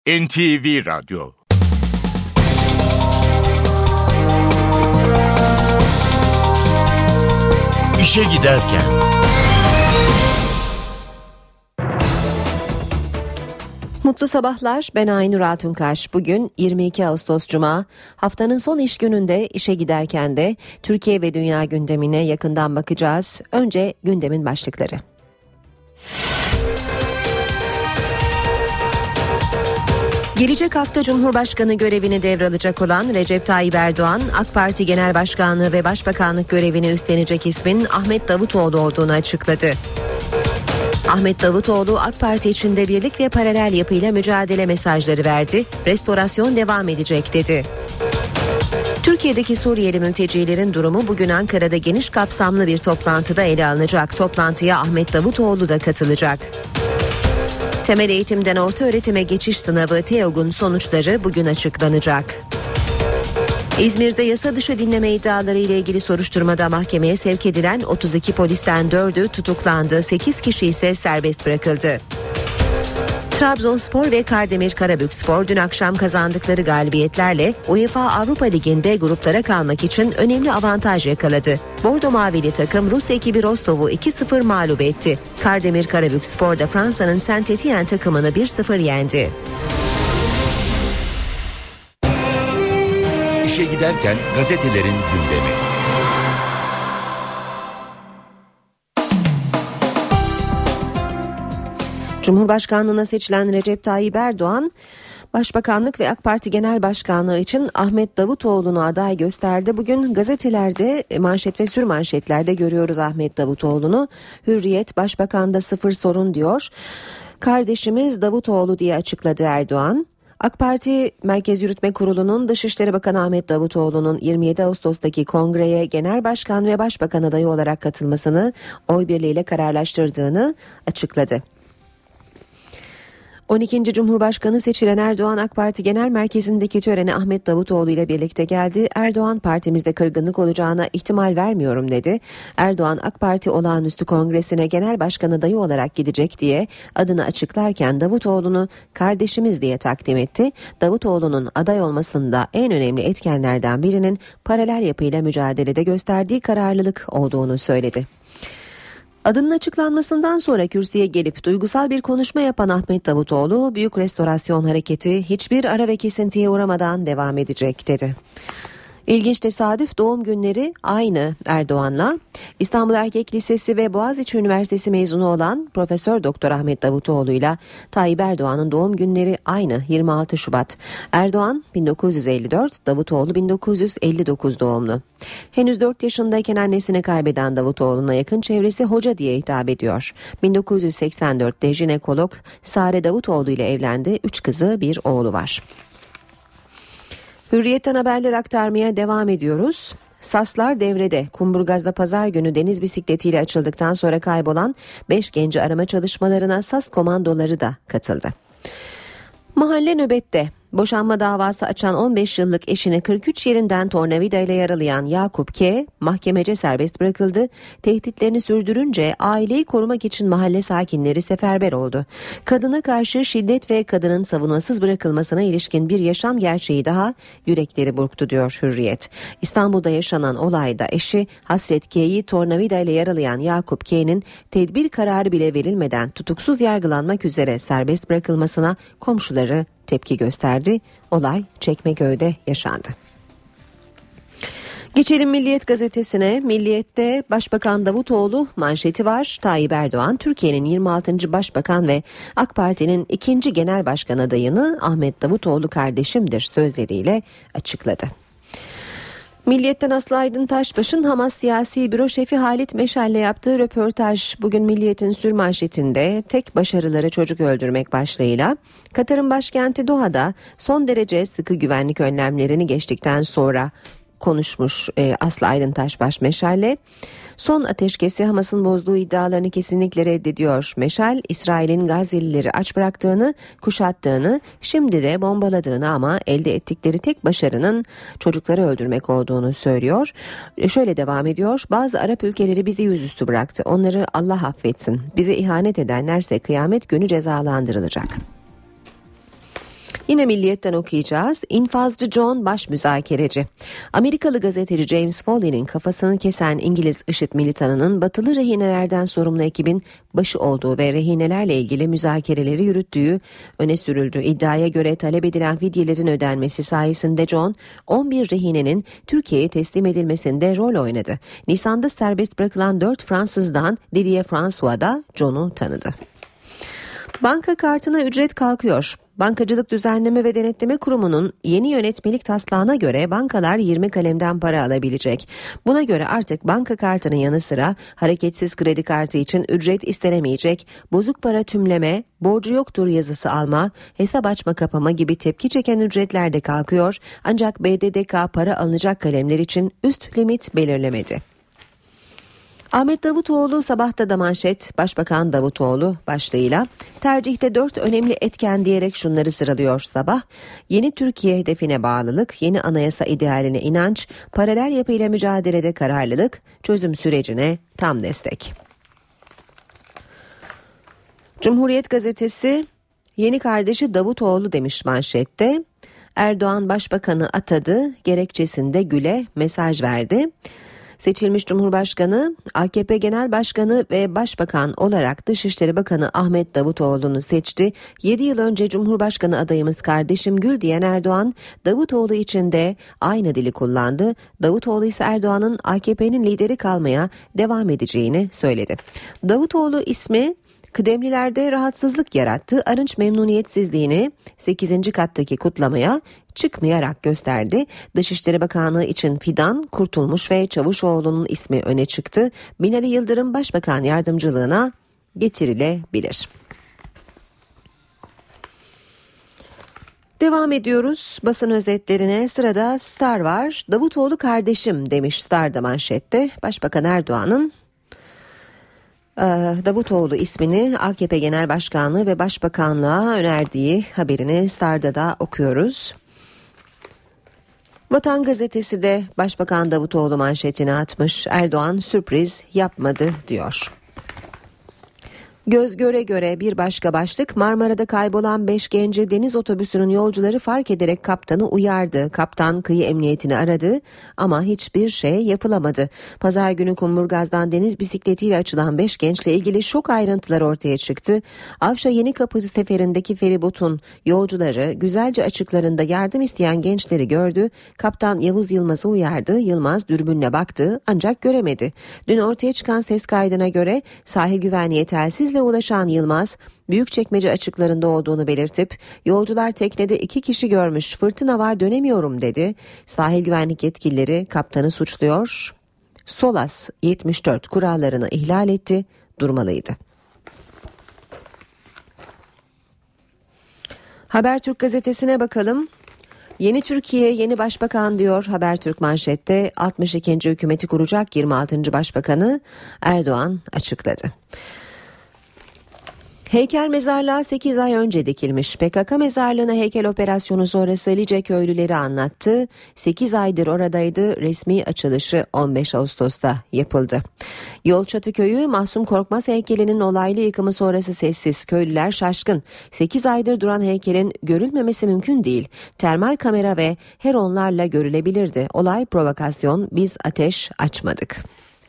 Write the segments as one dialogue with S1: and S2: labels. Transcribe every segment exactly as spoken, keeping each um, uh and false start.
S1: N T V Radyo. İşe giderken.
S2: Mutlu sabahlar, ben Aynur Altunkaş. Bugün yirmi iki Ağustos Cuma. Haftanın son iş gününde işe giderken de Türkiye ve dünya gündemine yakından bakacağız. Önce gündemin başlıkları. Gelecek hafta Cumhurbaşkanı görevini devralacak olan Recep Tayyip Erdoğan, AK Parti Genel Başkanlığı ve Başbakanlık görevini üstlenecek ismin Ahmet Davutoğlu olduğunu açıkladı. Ahmet Davutoğlu, AK Parti içinde birlik ve paralel yapıyla mücadele mesajları verdi. Restorasyon devam edecek dedi. Türkiye'deki Suriyeli mültecilerin durumu bugün Ankara'da geniş kapsamlı bir toplantıda ele alınacak. Toplantıya Ahmet Davutoğlu da katılacak. Temel eğitimden orta öğretime geçiş sınavı TEOG'un sonuçları bugün açıklanacak. İzmir'de yasa dışı dinleme iddiaları ile ilgili soruşturmada mahkemeye sevk edilen otuz iki polisten dördü tutuklandı, sekiz kişi ise serbest bırakıldı. Trabzonspor ve Kardemir Karabükspor dün akşam kazandıkları galibiyetlerle UEFA Avrupa Ligi'nde gruplara kalmak için önemli avantaj yakaladı. Bordo Mavili takım Rus ekibi Rostov'u iki sıfır mağlup etti. Kardemir Karabükspor da Fransa'nın Saint-Étienne takımını bir sıfır yendi.
S1: İşe giderken gazetelerin gündemi.
S2: Cumhurbaşkanlığına seçilen Recep Tayyip Erdoğan, Başbakanlık ve AK Parti Genel Başkanlığı için Ahmet Davutoğlu'nu aday gösterdi. Bugün gazetelerde manşet ve sürmanşetlerde görüyoruz Ahmet Davutoğlu'nu. Hürriyet, Başbakan'da sıfır sorun diyor. Kardeşimiz Davutoğlu diye açıkladı Erdoğan. AK Parti Merkez Yürütme Kurulu'nun Dışişleri Bakanı Ahmet Davutoğlu'nun yirmi yedi Ağustos'taki kongreye Genel Başkan ve Başbakan adayı olarak katılmasını oy birliğiyle kararlaştırdığını açıkladı. on ikinci Cumhurbaşkanı seçilen Erdoğan, AK Parti Genel Merkezi'ndeki törene Ahmet Davutoğlu ile birlikte geldi. Erdoğan, partimizde kırgınlık olacağına ihtimal vermiyorum dedi. Erdoğan, AK Parti Olağanüstü Kongresi'ne Genel Başkan adayı olarak gidecek diye adını açıklarken Davutoğlu'nu kardeşimiz diye takdim etti. Davutoğlu'nun aday olmasında en önemli etkenlerden birinin paralel yapıyla mücadelede gösterdiği kararlılık olduğunu söyledi. Adının açıklanmasından sonra kürsüye gelip duygusal bir konuşma yapan Ahmet Davutoğlu, büyük restorasyon hareketi hiçbir ara ve kesintiye uğramadan devam edecek dedi. İlginç tesadüf, doğum günleri aynı Erdoğan'la. İstanbul Erkek Lisesi ve Boğaziçi Üniversitesi mezunu olan Profesör Doktor Ahmet Davutoğlu ile Tayyip Erdoğan'ın doğum günleri aynı, yirmi altı Şubat. Erdoğan bin dokuz yüz elli dört, Davutoğlu bin dokuz yüz elli dokuz doğumlu. Henüz dört yaşındayken annesini kaybeden Davutoğlu'na yakın çevresi hoca diye hitap ediyor. bin dokuz yüz seksen dörtte jinekolog Sare Davutoğlu ile evlendi. Üç kızı, bir oğlu var. Hürriyet'ten haberler aktarmaya devam ediyoruz. Saslar devrede. Kumburgaz'da pazar günü deniz bisikletiyle açıldıktan sonra kaybolan beş genci arama çalışmalarına Sas komandoları da katıldı. Mahalle nöbette. Boşanma davası açan on beş yıllık eşini kırk üç yerinden tornavida ile yaralayan Yakup K. mahkemece serbest bırakıldı. Tehditlerini sürdürünce aileyi korumak için mahalle sakinleri seferber oldu. Kadına karşı şiddet ve kadının savunmasız bırakılmasına ilişkin bir yaşam gerçeği daha yürekleri burktu diyor Hürriyet. İstanbul'da yaşanan olayda eşi Hasret K'yi tornavida ile yaralayan Yakup K'nin tedbir kararı bile verilmeden tutuksuz yargılanmak üzere serbest bırakılmasına komşuları tepki gösterdi. Olay Çekmeköy'de yaşandı. Geçelim Milliyet gazetesine. Milliyet'te Başbakan Davutoğlu manşeti var. Tayyip Erdoğan, Türkiye'nin yirmi altıncı Başbakan ve AK Parti'nin ikinci Genel Başkan adayını Ahmet Davutoğlu kardeşimdir sözleriyle açıkladı. Milliyet'ten Aslı Aydın Taşbaş'ın Hamas Siyasi Büro Şefi Halit Meşal'le yaptığı röportaj bugün Milliyet'in sürmanşetinde. Tek başarıları çocuk öldürmek başlığıyla Katar'ın başkenti Doha'da son derece sıkı güvenlik önlemlerini geçtikten sonra konuşmuş e, Aslı Aydın Taşbaş Meşal'le. Son ateşkesi Hamas'ın bozduğu iddialarını kesinlikle reddediyor. Meşal, İsrail'in Gazze'lileri aç bıraktığını, kuşattığını, şimdi de bombaladığını ama elde ettikleri tek başarının çocukları öldürmek olduğunu söylüyor. Şöyle devam ediyor. Bazı Arap ülkeleri bizi yüzüstü bıraktı. Onları Allah affetsin. Bize ihanet edenlerse kıyamet günü cezalandırılacak. Yine Milliyet'ten okuyacağız. İnfazcı John baş müzakereci. Amerikalı gazeteci James Foley'nin kafasını kesen İngiliz IŞİD militanının batılı rehinelerden sorumlu ekibin başı olduğu ve rehinelerle ilgili müzakereleri yürüttüğü öne sürüldü. İddiaya göre talep edilen fidyelerin ödenmesi sayesinde John on bir rehinenin Türkiye'ye teslim edilmesinde rol oynadı. Nisan'da serbest bırakılan dört Fransızdan Didier François da John'u tanıdı. Banka kartına ücret kalkıyor. Bankacılık Düzenleme ve Denetleme Kurumu'nun yeni yönetmelik taslağına göre bankalar yirmi kalemden para alabilecek. Buna göre artık banka kartının yanı sıra hareketsiz kredi kartı için ücret istenemeyecek, bozuk para tümleme, borcu yoktur yazısı alma, hesap açma kapama gibi tepki çeken ücretler de kalkıyor. Ancak B D D K para alınacak kalemler için üst limit belirlemedi. Ahmet Davutoğlu sabahta da manşet, Başbakan Davutoğlu başlığıyla tercihte dört önemli etken diyerek şunları sıralıyor Sabah. Yeni Türkiye hedefine bağlılık, yeni anayasa idealine inanç, paralel yapıyla mücadelede kararlılık, çözüm sürecine tam destek. Cumhuriyet gazetesi yeni kardeşi Davutoğlu demiş manşette. Erdoğan Başbakanı atadı, gerekçesinde Gül'e mesaj verdi. Seçilmiş Cumhurbaşkanı, A K P Genel Başkanı ve Başbakan olarak Dışişleri Bakanı Ahmet Davutoğlu'nu seçti. yedi yıl önce Cumhurbaşkanı adayımız kardeşim Gül diyen Erdoğan, Davutoğlu için de aynı dili kullandı. Davutoğlu ise Erdoğan'ın A K P'nin lideri kalmaya devam edeceğini söyledi. Davutoğlu ismi kıdemlilerde rahatsızlık yarattı. Arınç memnuniyetsizliğini sekizinci kattaki kutlamaya çıkmayarak gösterdi. Dışişleri Bakanlığı için Fidan, Kurtulmuş ve Çavuşoğlu'nun ismi öne çıktı. Binali Yıldırım Başbakan yardımcılığına getirilebilir. Devam ediyoruz basın özetlerine. Sırada Star var. Davutoğlu kardeşim demiş Star'da manşette. Başbakan Erdoğan'ın Davutoğlu ismini A K P Genel Başkanlığı ve Başbakanlığa önerdiği haberini Star'da da okuyoruz. Vatan Gazetesi de Başbakan Davutoğlu manşetini atmış. Erdoğan sürpriz yapmadı diyor. Göz göre göre bir başka başlık, Marmara'da kaybolan beş genci deniz otobüsünün yolcuları fark ederek kaptanı uyardı. Kaptan kıyı emniyetini aradı ama hiçbir şey yapılamadı. Pazar günü Kumburgaz'dan deniz bisikletiyle açılan beş gençle ilgili şok ayrıntılar ortaya çıktı. Avşa Yenikapı seferindeki feribotun yolcuları Güzelce açıklarında yardım isteyen gençleri gördü. Kaptan Yavuz Yılmaz'ı uyardı. Yılmaz dürbünle baktı ancak göremedi. Dün ortaya çıkan ses kaydına göre sahil güvenliğe telsizle ulaşan Yılmaz, Büyükçekmece açıklarında olduğunu belirtip yolcular teknede iki kişi görmüş, fırtına var dönemiyorum dedi. Sahil güvenlik yetkilileri kaptanı suçluyor. SOLAS yetmiş dört kurallarını ihlal etti, durmalıydı. Habertürk gazetesine bakalım. Yeni Türkiye, yeni başbakan diyor Habertürk manşette. altmış ikinci hükümeti kuracak yirmi altıncı başbakanı Erdoğan açıkladı. Heykel mezarlığa sekiz ay önce dikilmiş. P K K mezarlığına heykel operasyonu sonrası Lice köylüleri anlattı. sekiz aydır oradaydı. Resmi açılışı on beş Ağustos'ta yapıldı. Yolçatı köyü Mahsum Korkmaz heykelinin olaylı yıkımı sonrası sessiz. Köylüler şaşkın. sekiz aydır duran heykelin görülmemesi mümkün değil. Termal kamera ve heronlarla görülebilirdi. Olay provokasyon, biz ateş açmadık.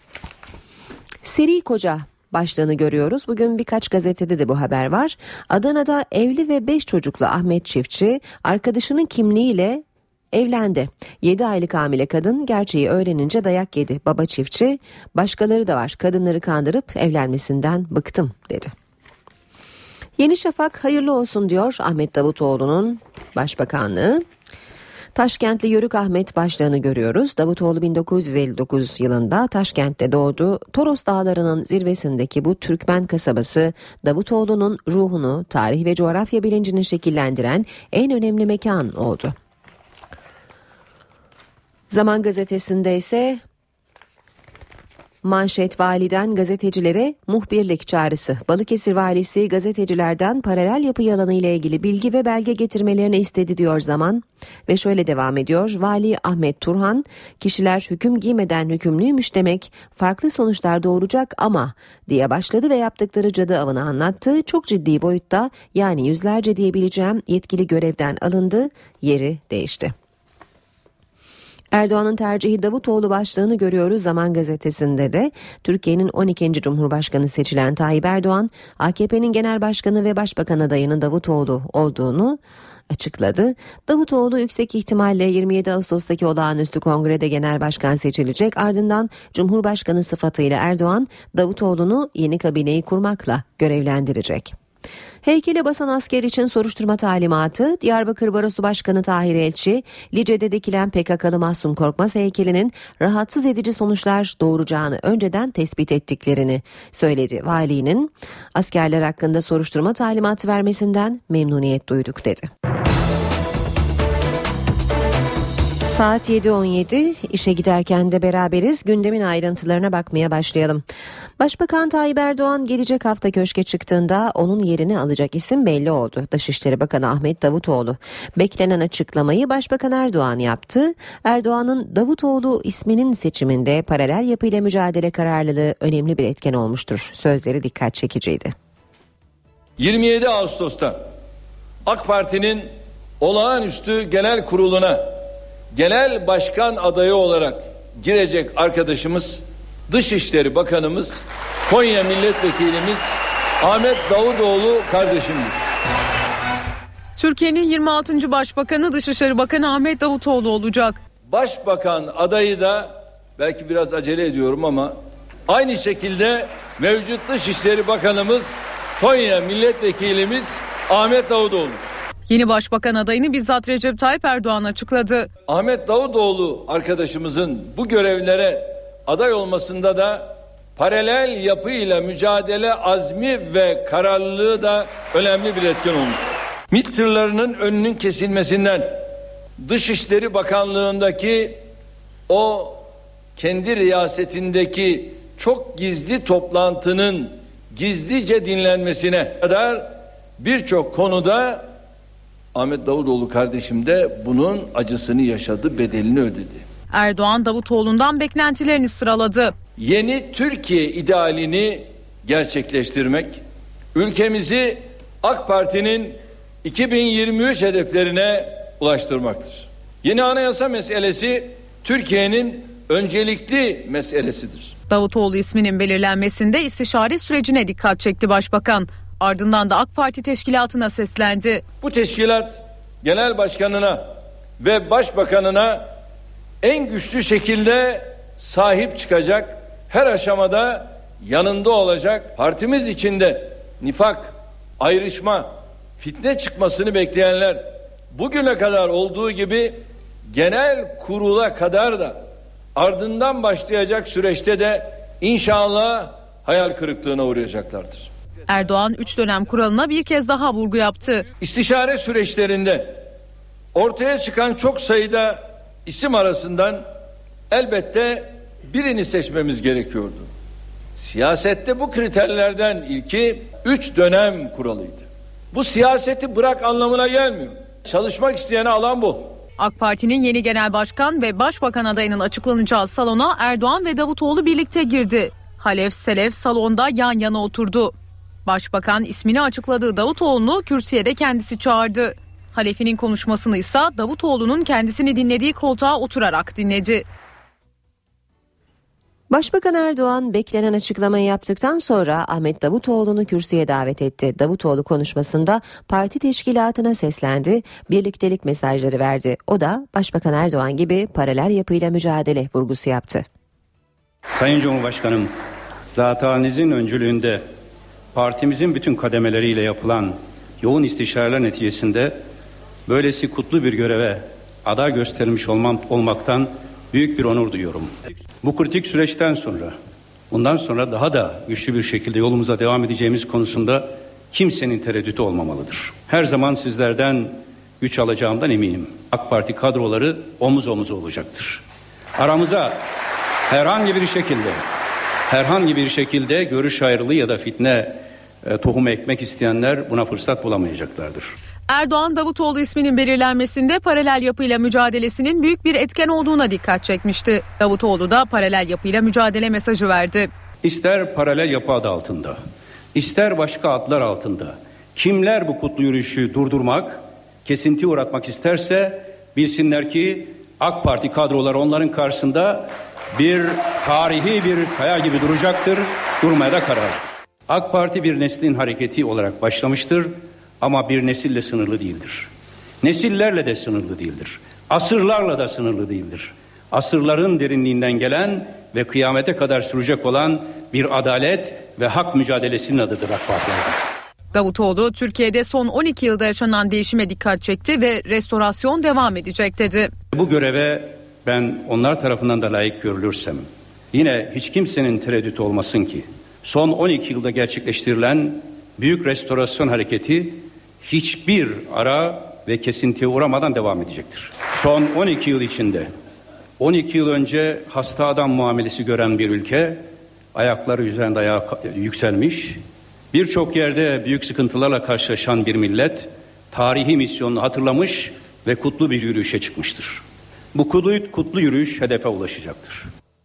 S2: Seri koca başlığını görüyoruz. Bugün birkaç gazetede de bu haber var. Adana'da evli ve beş çocuklu Ahmet Çiftçi arkadaşının kimliğiyle evlendi. yedi aylık hamile kadın gerçeği öğrenince dayak yedi. Baba Çiftçi, başkaları da var, kadınları kandırıp evlenmesinden bıktım dedi. Yeni Şafak hayırlı olsun diyor Ahmet Davutoğlu'nun başbakanlığı. Taşkentli Yörük Ahmet başlığını görüyoruz. Davutoğlu bin dokuz yüz elli dokuz yılında Taşkent'te doğdu. Toros Dağları'nın zirvesindeki bu Türkmen kasabası Davutoğlu'nun ruhunu, tarih ve coğrafya bilincini şekillendiren en önemli mekan oldu. Zaman gazetesinde ise Manşet validen gazetecilere muhbirlik çağrısı. Balıkesir valisi gazetecilerden paralel yapı yalanı ile ilgili bilgi ve belge getirmelerini istedi diyor Zaman. Ve şöyle devam ediyor. Vali Ahmet Turhan, kişiler hüküm giymeden hükümlüymüş demek farklı sonuçlar doğuracak ama diye başladı ve yaptıkları cadı avını anlattı. Çok ciddi boyutta, yani yüzlerce diyebileceğim yetkili görevden alındı, yeri değişti. Erdoğan'ın tercihi Davutoğlu başlığını görüyoruz Zaman gazetesinde de. Türkiye'nin on ikinci Cumhurbaşkanı seçilen Tayyip Erdoğan, A K P'nin genel başkanı ve başbakan adayının Davutoğlu olduğunu açıkladı. Davutoğlu yüksek ihtimalle yirmi yedi Ağustos'taki olağanüstü kongrede genel başkan seçilecek. Ardından Cumhurbaşkanı sıfatıyla Erdoğan, Davutoğlu'nu yeni kabineyi kurmakla görevlendirecek. Heykele basan asker için soruşturma talimatı. Diyarbakır Barosu Başkanı Tahir Elçi, Lice'de dikilen P K K'lı Mahsun Korkmaz heykelinin rahatsız edici sonuçlar doğuracağını önceden tespit ettiklerini söyledi. Valinin askerler hakkında soruşturma talimatı vermesinden memnuniyet duyduk dedi. Saat yedi on yedi, işe giderken de beraberiz. Gündemin ayrıntılarına bakmaya başlayalım. Başbakan Tayyip Erdoğan gelecek hafta köşke çıktığında onun yerini alacak isim belli oldu. Dışişleri Bakanı Ahmet Davutoğlu. Beklenen açıklamayı Başbakan Erdoğan yaptı. Erdoğan'ın Davutoğlu isminin seçiminde paralel yapıyla mücadele kararlılığı önemli bir etken olmuştur. Sözleri dikkat çekiciydi.
S3: yirmi yedi Ağustos'ta AK Parti'nin olağanüstü genel kuruluna genel başkan adayı olarak girecek arkadaşımız, Dışişleri Bakanımız, Konya Milletvekilimiz Ahmet Davutoğlu kardeşimdir.
S4: Türkiye'nin yirmi altıncı Başbakanı Dışişleri Bakanı Ahmet Davutoğlu olacak.
S3: Başbakan adayı da, belki biraz acele ediyorum ama, aynı şekilde mevcut Dışişleri Bakanımız, Konya Milletvekilimiz Ahmet Davutoğlu.
S4: Yeni başbakan adayını bizzat Recep Tayyip Erdoğan açıkladı.
S3: Ahmet Davutoğlu arkadaşımızın bu görevlere aday olmasında da paralel yapıyla mücadele azmi ve kararlılığı da önemli bir etken olmuş. MİT tırlarının önünün kesilmesinden, Dışişleri Bakanlığı'ndaki o kendi riyasetindeki çok gizli toplantının gizlice dinlenmesine kadar birçok konuda Ahmet Davutoğlu kardeşim de bunun acısını yaşadı, bedelini ödedi.
S4: Erdoğan Davutoğlu'ndan beklentilerini sıraladı.
S3: Yeni Türkiye idealini gerçekleştirmek, ülkemizi AK Parti'nin iki bin yirmi üç hedeflerine ulaştırmaktır. Yeni anayasa meselesi Türkiye'nin öncelikli meselesidir.
S4: Davutoğlu isminin belirlenmesinde istişare sürecine dikkat çekti Başbakan. Ardından da AK Parti teşkilatına seslendi.
S3: Bu teşkilat genel başkanına ve başbakanına en güçlü şekilde sahip çıkacak, her aşamada yanında olacak. Partimiz içinde nifak, ayrışma, fitne çıkmasını bekleyenler bugüne kadar olduğu gibi genel kurula kadar da ardından başlayacak süreçte de inşallah hayal kırıklığına uğrayacaklardır.
S4: Erdoğan üç dönem kuralına bir kez daha vurgu yaptı.
S3: İstişare süreçlerinde ortaya çıkan çok sayıda isim arasından elbette birini seçmemiz gerekiyordu. Siyasette bu kriterlerden ilki üç dönem kuralıydı. Bu siyaseti bırak anlamına gelmiyor. Çalışmak isteyene alan bu.
S4: AK Parti'nin yeni genel başkan ve başbakan adayının açıklanacağı salona Erdoğan ve Davutoğlu birlikte girdi. Halef Selef salonda yan yana oturdu. Başbakan ismini açıkladığı Davutoğlu'nu kürsüye de kendisi çağırdı. Halef'in konuşmasını ise Davutoğlu'nun kendisini dinlediği koltuğa oturarak dinledi.
S2: Başbakan Erdoğan beklenen açıklamayı yaptıktan sonra Ahmet Davutoğlu'nu kürsüye davet etti. Davutoğlu konuşmasında parti teşkilatına seslendi, birliktelik mesajları verdi. O da Başbakan Erdoğan gibi paralel yapıyla mücadele vurgusu yaptı.
S5: Sayın Cumhurbaşkanım, zat-ı öncülüğünde partimizin bütün kademeleriyle yapılan yoğun istişareler neticesinde böylesi kutlu bir göreve aday gösterilmiş olmam, olmaktan büyük bir onur duyuyorum. Bu kritik süreçten sonra, bundan sonra daha da güçlü bir şekilde yolumuza devam edeceğimiz konusunda kimsenin tereddütü olmamalıdır. Her zaman sizlerden güç alacağımdan eminim. AK Parti kadroları omuz omuza olacaktır. Aramıza herhangi bir şekilde Herhangi bir şekilde görüş ayrılığı ya da fitne e, tohumu ekmek isteyenler buna fırsat bulamayacaklardır.
S4: Erdoğan, Davutoğlu isminin belirlenmesinde paralel yapıyla mücadelesinin büyük bir etken olduğuna dikkat çekmişti. Davutoğlu da paralel yapıyla mücadele mesajı verdi.
S5: İster paralel yapı adı altında, ister başka adlar altında kimler bu kutlu yürüyüşü durdurmak, kesintiye uğratmak isterse bilsinler ki AK Parti kadroları onların karşısında bir tarihi bir kaya gibi duracaktır, durmaya da kararlı. AK Parti bir neslin hareketi olarak başlamıştır ama bir nesille sınırlı değildir. Nesillerle de sınırlı değildir. Asırlarla da sınırlı değildir. Asırların derinliğinden gelen ve kıyamete kadar sürecek olan bir adalet ve hak mücadelesinin adıdır AK Parti'nin.
S4: Davutoğlu, Türkiye'de son on iki yılda yaşanan değişime dikkat çekti ve restorasyon devam edecek dedi.
S5: Bu göreve ben onlar tarafından da layık görülürsem yine hiç kimsenin tereddütü olmasın ki son on iki yılda gerçekleştirilen büyük restorasyon hareketi hiçbir ara ve kesintiye uğramadan devam edecektir. Son on iki yıl içinde on iki yıl önce hasta adam muamelesi gören bir ülke ayakları üzerinde ayağa yükselmiş, birçok yerde büyük sıkıntılarla karşılaşan bir millet tarihi misyonunu hatırlamış ve kutlu bir yürüyüşe çıkmıştır. Bu kutlu, kutlu yürüyüş hedefe ulaşacaktır.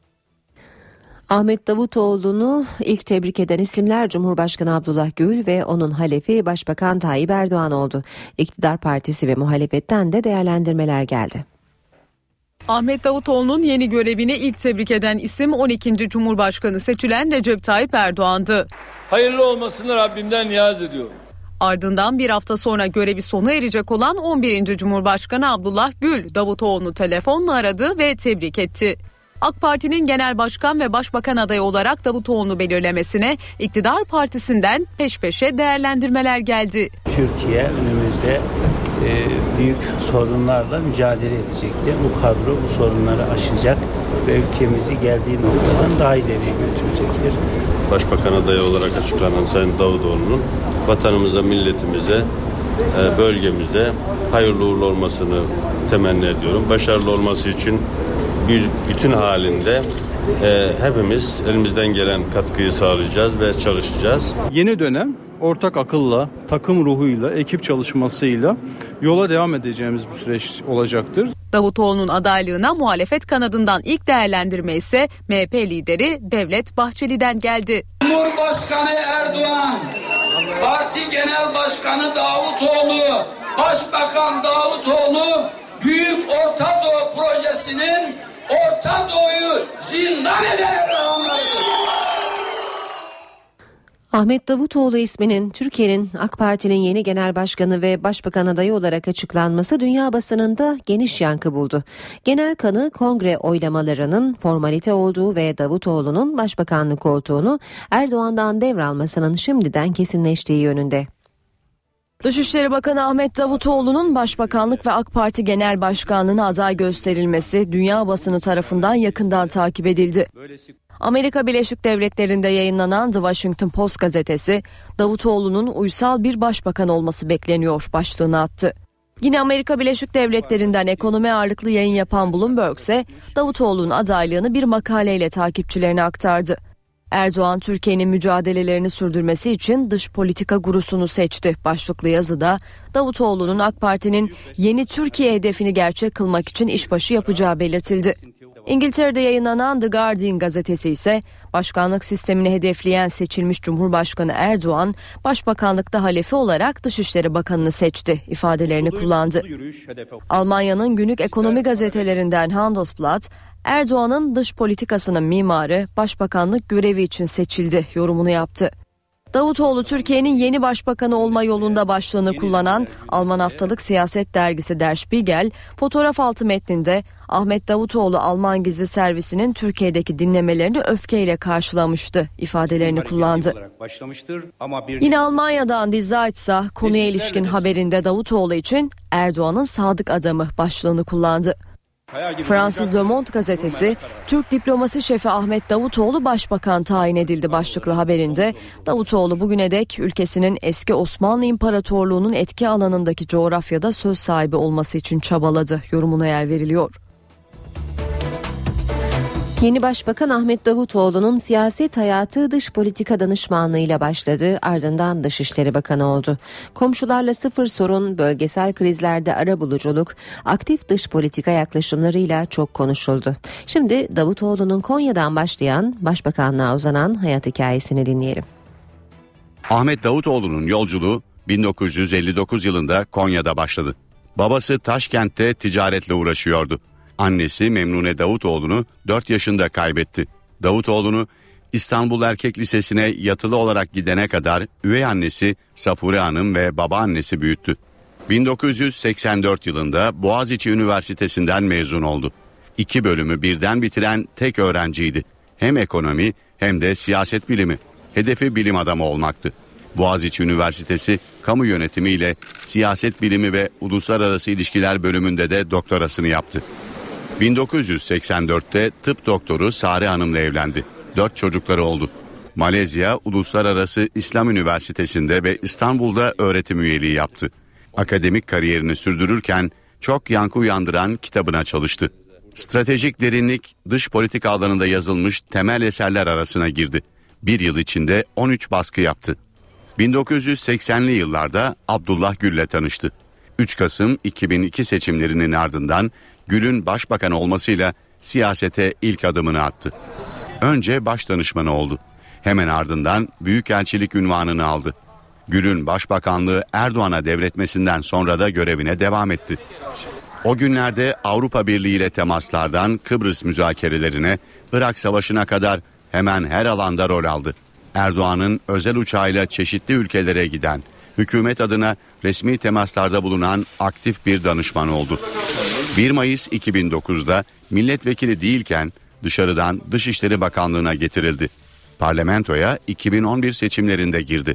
S2: Ahmet Davutoğlu'nu ilk tebrik eden isimler Cumhurbaşkanı Abdullah Gül ve onun halefi Başbakan Tayyip Erdoğan oldu. İktidar partisi ve muhalefetten de değerlendirmeler geldi.
S4: Ahmet Davutoğlu'nun yeni görevini ilk tebrik eden isim on ikinci Cumhurbaşkanı seçilen Recep Tayyip Erdoğan'dı.
S3: Hayırlı olmasını Rabbimden niyaz ediyorum.
S4: Ardından bir hafta sonra görevi sona erecek olan on birinci Cumhurbaşkanı Abdullah Gül Davutoğlu'nu telefonla aradı ve tebrik etti. AK Parti'nin genel başkan ve başbakan adayı olarak Davutoğlu'nu belirlemesine iktidar partisinden peş peşe değerlendirmeler geldi.
S6: Türkiye önümüzde e, büyük sorunlarla mücadele edecektir. Bu kadro bu sorunları aşacak ve ülkemizi geldiği noktadan daha ileriye götürecektir.
S7: Başbakan adayı olarak açıklanan Sayın Davutoğlu'nun vatanımıza, milletimize, bölgemize hayırlı uğurlu olmasını temenni ediyorum. Başarılı olması için bir bütün halinde hepimiz elimizden gelen katkıyı sağlayacağız ve çalışacağız.
S8: Yeni dönem ortak akılla, takım ruhuyla, ekip çalışmasıyla yola devam edeceğimiz bir süreç olacaktır.
S4: Davutoğlu'nun adaylığına muhalefet kanadından ilk değerlendirme ise M H P lideri Devlet Bahçeli'den geldi.
S9: Cumhurbaşkanı Erdoğan, Parti Genel Başkanı Davutoğlu, Başbakan Davutoğlu Büyük Orta Doğu Projesi'nin Orta Doğu'yu zindan eden Erdoğanlarıdır.
S2: Ahmet Davutoğlu isminin Türkiye'nin AK Parti'nin yeni genel başkanı ve başbakan adayı olarak açıklanması dünya basınında geniş yankı buldu. Genel kanı kongre oylamalarının formalite olduğu ve Davutoğlu'nun başbakanlık koltuğunu Erdoğan'dan devralmasının şimdiden kesinleştiği yönünde.
S10: Dışişleri Bakanı Ahmet Davutoğlu'nun Başbakanlık ve AK Parti Genel Başkanlığı'na aday gösterilmesi dünya basını tarafından yakından takip edildi. Amerika Birleşik Devletleri'nde yayınlanan The Washington Post gazetesi, Davutoğlu'nun uysal bir başbakan olması bekleniyor başlığını attı. Yine Amerika Birleşik Devletleri'nden ekonomi ağırlıklı yayın yapan Bloomberg ise Davutoğlu'nun adaylığını bir makaleyle takipçilerine aktardı. Erdoğan, Türkiye'nin mücadelelerini sürdürmesi için dış politika gurusunu seçti başlıklı yazıda Davutoğlu'nun AK Parti'nin yeni Türkiye hedefini gerçek kılmak için işbaşı yapacağı belirtildi. İngiltere'de yayınlanan The Guardian gazetesi ise başkanlık sistemini hedefleyen seçilmiş Cumhurbaşkanı Erdoğan, başbakanlıkta halefi olarak Dışişleri Bakanı'nı seçti ifadelerini kullandı. Almanya'nın günlük ekonomi gazetelerinden Handelsblatt, Erdoğan'ın dış politikasının mimarı başbakanlık görevi için seçildi yorumunu yaptı. Davutoğlu Türkiye'nin yeni başbakanı olma yolunda başlığını kullanan Alman haftalık siyaset dergisi Der Spiegel, fotoğraf altı metninde Ahmet Davutoğlu Alman gizli servisinin Türkiye'deki dinlemelerini öfkeyle karşılamıştı ifadelerini kullandı. Yine Almanya'dan Die Zeit ise konuya ilişkin haberinde Davutoğlu için Erdoğan'ın sadık adamı başlığını kullandı. Fransız Le Monde gazetesi, Türk diplomasi şefi Ahmet Davutoğlu başbakan tayin edildi başlıklı haberinde, Davutoğlu bugüne dek ülkesinin eski Osmanlı İmparatorluğu'nun etki alanındaki coğrafyada söz sahibi olması için çabaladı yorumuna yer veriliyor.
S2: Yeni Başbakan Ahmet Davutoğlu'nun siyaset hayatı dış politika danışmanlığıyla başladı, ardından Dışişleri Bakanı oldu. Komşularla sıfır sorun, bölgesel krizlerde arabuluculuk, aktif dış politika yaklaşımlarıyla çok konuşuldu. Şimdi Davutoğlu'nun Konya'dan başlayan, başbakanlığa uzanan hayat hikayesini dinleyelim.
S11: Ahmet Davutoğlu'nun yolculuğu bin dokuz yüz elli dokuz yılında Konya'da başladı. Babası Taşkent'te ticaretle uğraşıyordu. Annesi Memnune Davutoğlu'nu dört yaşında kaybetti. Davutoğlu'nu İstanbul Erkek Lisesi'ne yatılı olarak gidene kadar üvey annesi Safure Hanım ve babaannesi büyüttü. bin dokuz yüz seksen dört yılında Boğaziçi Üniversitesi'nden mezun oldu. İki bölümü birden bitiren tek öğrenciydi. Hem ekonomi hem de siyaset bilimi. Hedefi bilim adamı olmaktı. Boğaziçi Üniversitesi Kamu Yönetimi ile Siyaset Bilimi ve Uluslararası İlişkiler bölümünde de doktorasını yaptı. bin dokuz yüz seksen dörtte tıp doktoru Sare Hanım'la evlendi. Dört çocukları oldu. Malezya Uluslararası İslam Üniversitesi'nde ve İstanbul'da öğretim üyeliği yaptı. Akademik kariyerini sürdürürken çok yankı uyandıran kitabına çalıştı. Stratejik derinlik dış politika alanında yazılmış temel eserler arasına girdi. Bir yıl içinde on üç baskı yaptı. bin dokuz yüz seksenli yıllarda Abdullah Gül'le tanıştı. üç Kasım iki bin iki seçimlerinin ardından Gül'ün başbakan olmasıyla siyasete ilk adımını attı. Önce başdanışmanı oldu. Hemen ardından büyükelçilik unvanını aldı. Gül'ün başbakanlığı Erdoğan'a devretmesinden sonra da görevine devam etti. O günlerde Avrupa Birliği ile temaslardan Kıbrıs müzakerelerine, Irak Savaşı'na kadar hemen her alanda rol aldı. Erdoğan'ın özel uçağıyla çeşitli ülkelere giden, hükümet adına resmi temaslarda bulunan aktif bir danışman oldu. bir Mayıs iki bin dokuzda milletvekili değilken dışarıdan Dışişleri Bakanlığı'na getirildi. Parlamentoya iki bin on bir seçimlerinde girdi.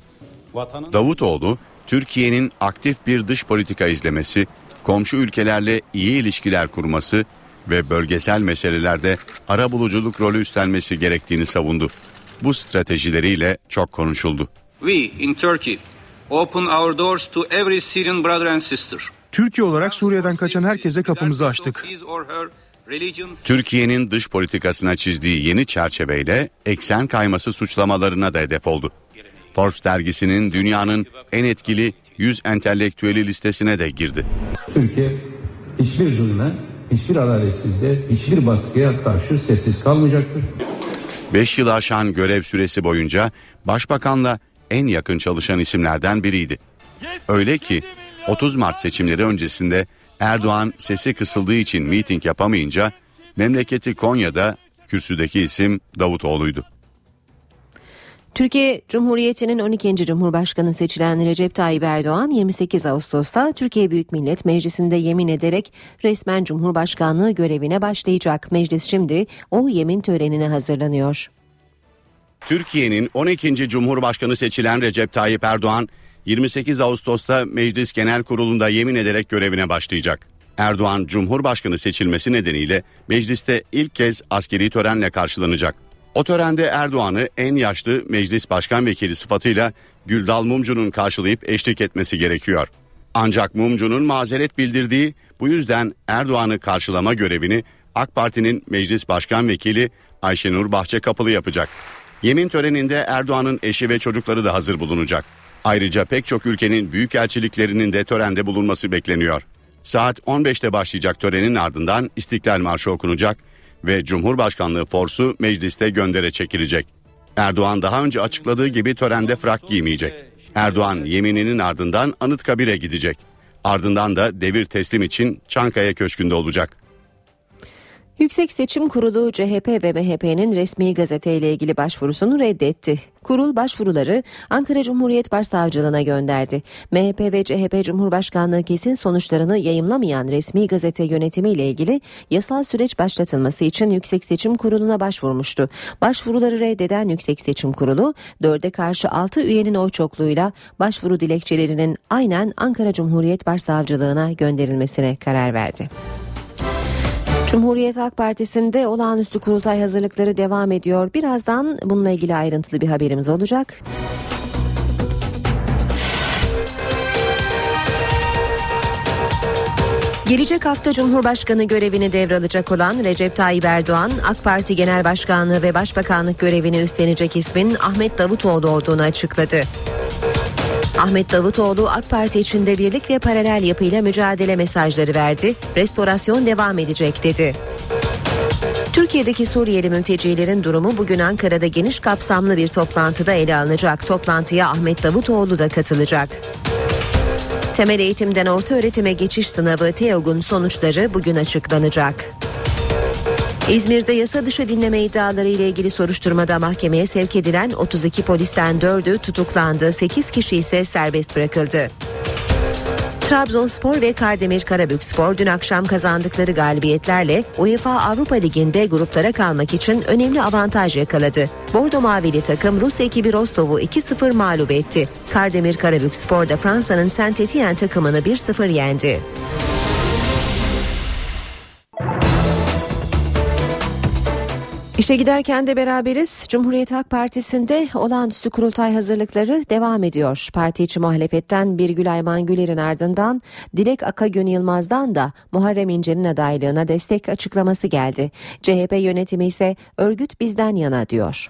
S11: Davutoğlu, Türkiye'nin aktif bir dış politika izlemesi, komşu ülkelerle iyi ilişkiler kurması ve bölgesel meselelerde arabuluculuk rolü üstlenmesi gerektiğini savundu. Bu stratejileriyle çok konuşuldu.
S12: We in Turkey open our doors to every Syrian brother and sister.
S13: Türkiye olarak Suriye'den kaçan herkese kapımızı açtık.
S11: Türkiye'nin dış politikasına çizdiği yeni çerçeveyle eksen kayması suçlamalarına da hedef oldu. Forbes dergisinin dünyanın en etkili yüz entelektüeli listesine de girdi.
S14: Türkiye hiçbir zulme, hiçbir adaletsizliğe, hiçbir baskıya karşı sessiz kalmayacaktır.
S11: beş yılı aşan görev süresi boyunca başbakanla en yakın çalışan isimlerden biriydi. Öyle ki otuz Mart seçimleri öncesinde Erdoğan sesi kısıldığı için miting yapamayınca memleketi Konya'da kürsüdeki isim Davutoğlu'ydu.
S2: Türkiye Cumhuriyeti'nin on ikinci Cumhurbaşkanı seçilen Recep Tayyip Erdoğan yirmi sekiz Ağustos'ta Türkiye Büyük Millet Meclisi'nde yemin ederek resmen Cumhurbaşkanlığı görevine başlayacak. Meclis şimdi o yemin törenine hazırlanıyor.
S11: Türkiye'nin on ikinci Cumhurbaşkanı seçilen Recep Tayyip Erdoğan yirmi sekiz Ağustos'ta Meclis Genel Kurulu'nda yemin ederek görevine başlayacak. Erdoğan Cumhurbaşkanı seçilmesi nedeniyle mecliste ilk kez askeri törenle karşılanacak. O törende Erdoğan'ı en yaşlı meclis başkan vekili sıfatıyla Güldal Mumcu'nun karşılayıp eşlik etmesi gerekiyor. Ancak Mumcu'nun mazeret bildirdiği bu yüzden Erdoğan'ı karşılama görevini AK Parti'nin meclis başkan vekili Ayşenur Bahçekapılı yapacak. Yemin töreninde Erdoğan'ın eşi ve çocukları da hazır bulunacak. Ayrıca pek çok ülkenin büyükelçiliklerinin de törende bulunması bekleniyor. Saat on beşte başlayacak törenin ardından İstiklal Marşı okunacak ve Cumhurbaşkanlığı forsu mecliste göndere çekilecek. Erdoğan daha önce açıkladığı gibi törende frak giymeyecek. Erdoğan yemininin ardından Anıtkabir'e gidecek. Ardından da devir teslim için Çankaya Köşkü'nde olacak.
S2: Yüksek Seçim Kurulu C H P ve M H P'nin resmi gazeteyle ilgili başvurusunu reddetti. Kurul başvuruları Ankara Cumhuriyet Başsavcılığına gönderdi. M H P ve C H P Cumhurbaşkanlığı kesin sonuçlarını yayımlamayan resmi gazete yönetimiyle ilgili yasal süreç başlatılması için Yüksek Seçim Kurulu'na başvurmuştu. Başvuruları reddeden Yüksek Seçim Kurulu dörde karşı altı üyenin oy çokluğuyla başvuru dilekçelerinin aynen Ankara Cumhuriyet Başsavcılığına gönderilmesine karar verdi. Cumhuriyet Halk Partisi'nde olağanüstü kurultay hazırlıkları devam ediyor. Birazdan bununla ilgili ayrıntılı bir haberimiz olacak. Gelecek hafta Cumhurbaşkanı görevini devralacak olan Recep Tayyip Erdoğan, AK Parti Genel Başkanlığı ve Başbakanlık görevini üstlenecek ismin Ahmet Davutoğlu olduğunu açıkladı. Ahmet Davutoğlu, AK Parti içinde birlik ve paralel yapıyla mücadele mesajları verdi. Restorasyon devam edecek dedi. Türkiye'deki Suriyeli mültecilerin durumu bugün Ankara'da geniş kapsamlı bir toplantıda ele alınacak. Toplantıya Ahmet Davutoğlu da katılacak. Temel eğitimden orta öğretime geçiş sınavı TEOG'un sonuçları bugün açıklanacak. İzmir'de yasa dışı dinleme iddiaları ile ilgili soruşturmada mahkemeye sevk edilen otuz iki polisten dördü tutuklandı, sekiz kişi ise serbest bırakıldı. Trabzonspor ve Kardemir Karabükspor dün akşam kazandıkları galibiyetlerle UEFA Avrupa Ligi'nde gruplara kalmak için önemli avantaj yakaladı. Bordo Mavili takım Rus ekibi Rostov'u iki sıfır mağlup etti. Kardemir Karabükspor da Fransa'nın Saint-Étienne takımını bir sıfır yendi. İşe giderken de beraberiz. Cumhuriyet Halk Partisi'nde olağanüstü kurultay hazırlıkları devam ediyor. Parti içi muhalefetten Birgül Ayman Güler'in ardından Dilek Akagün Yılmaz'dan da Muharrem İnce'nin adaylığına destek açıklaması geldi. C H P yönetimi ise örgüt bizden yana diyor.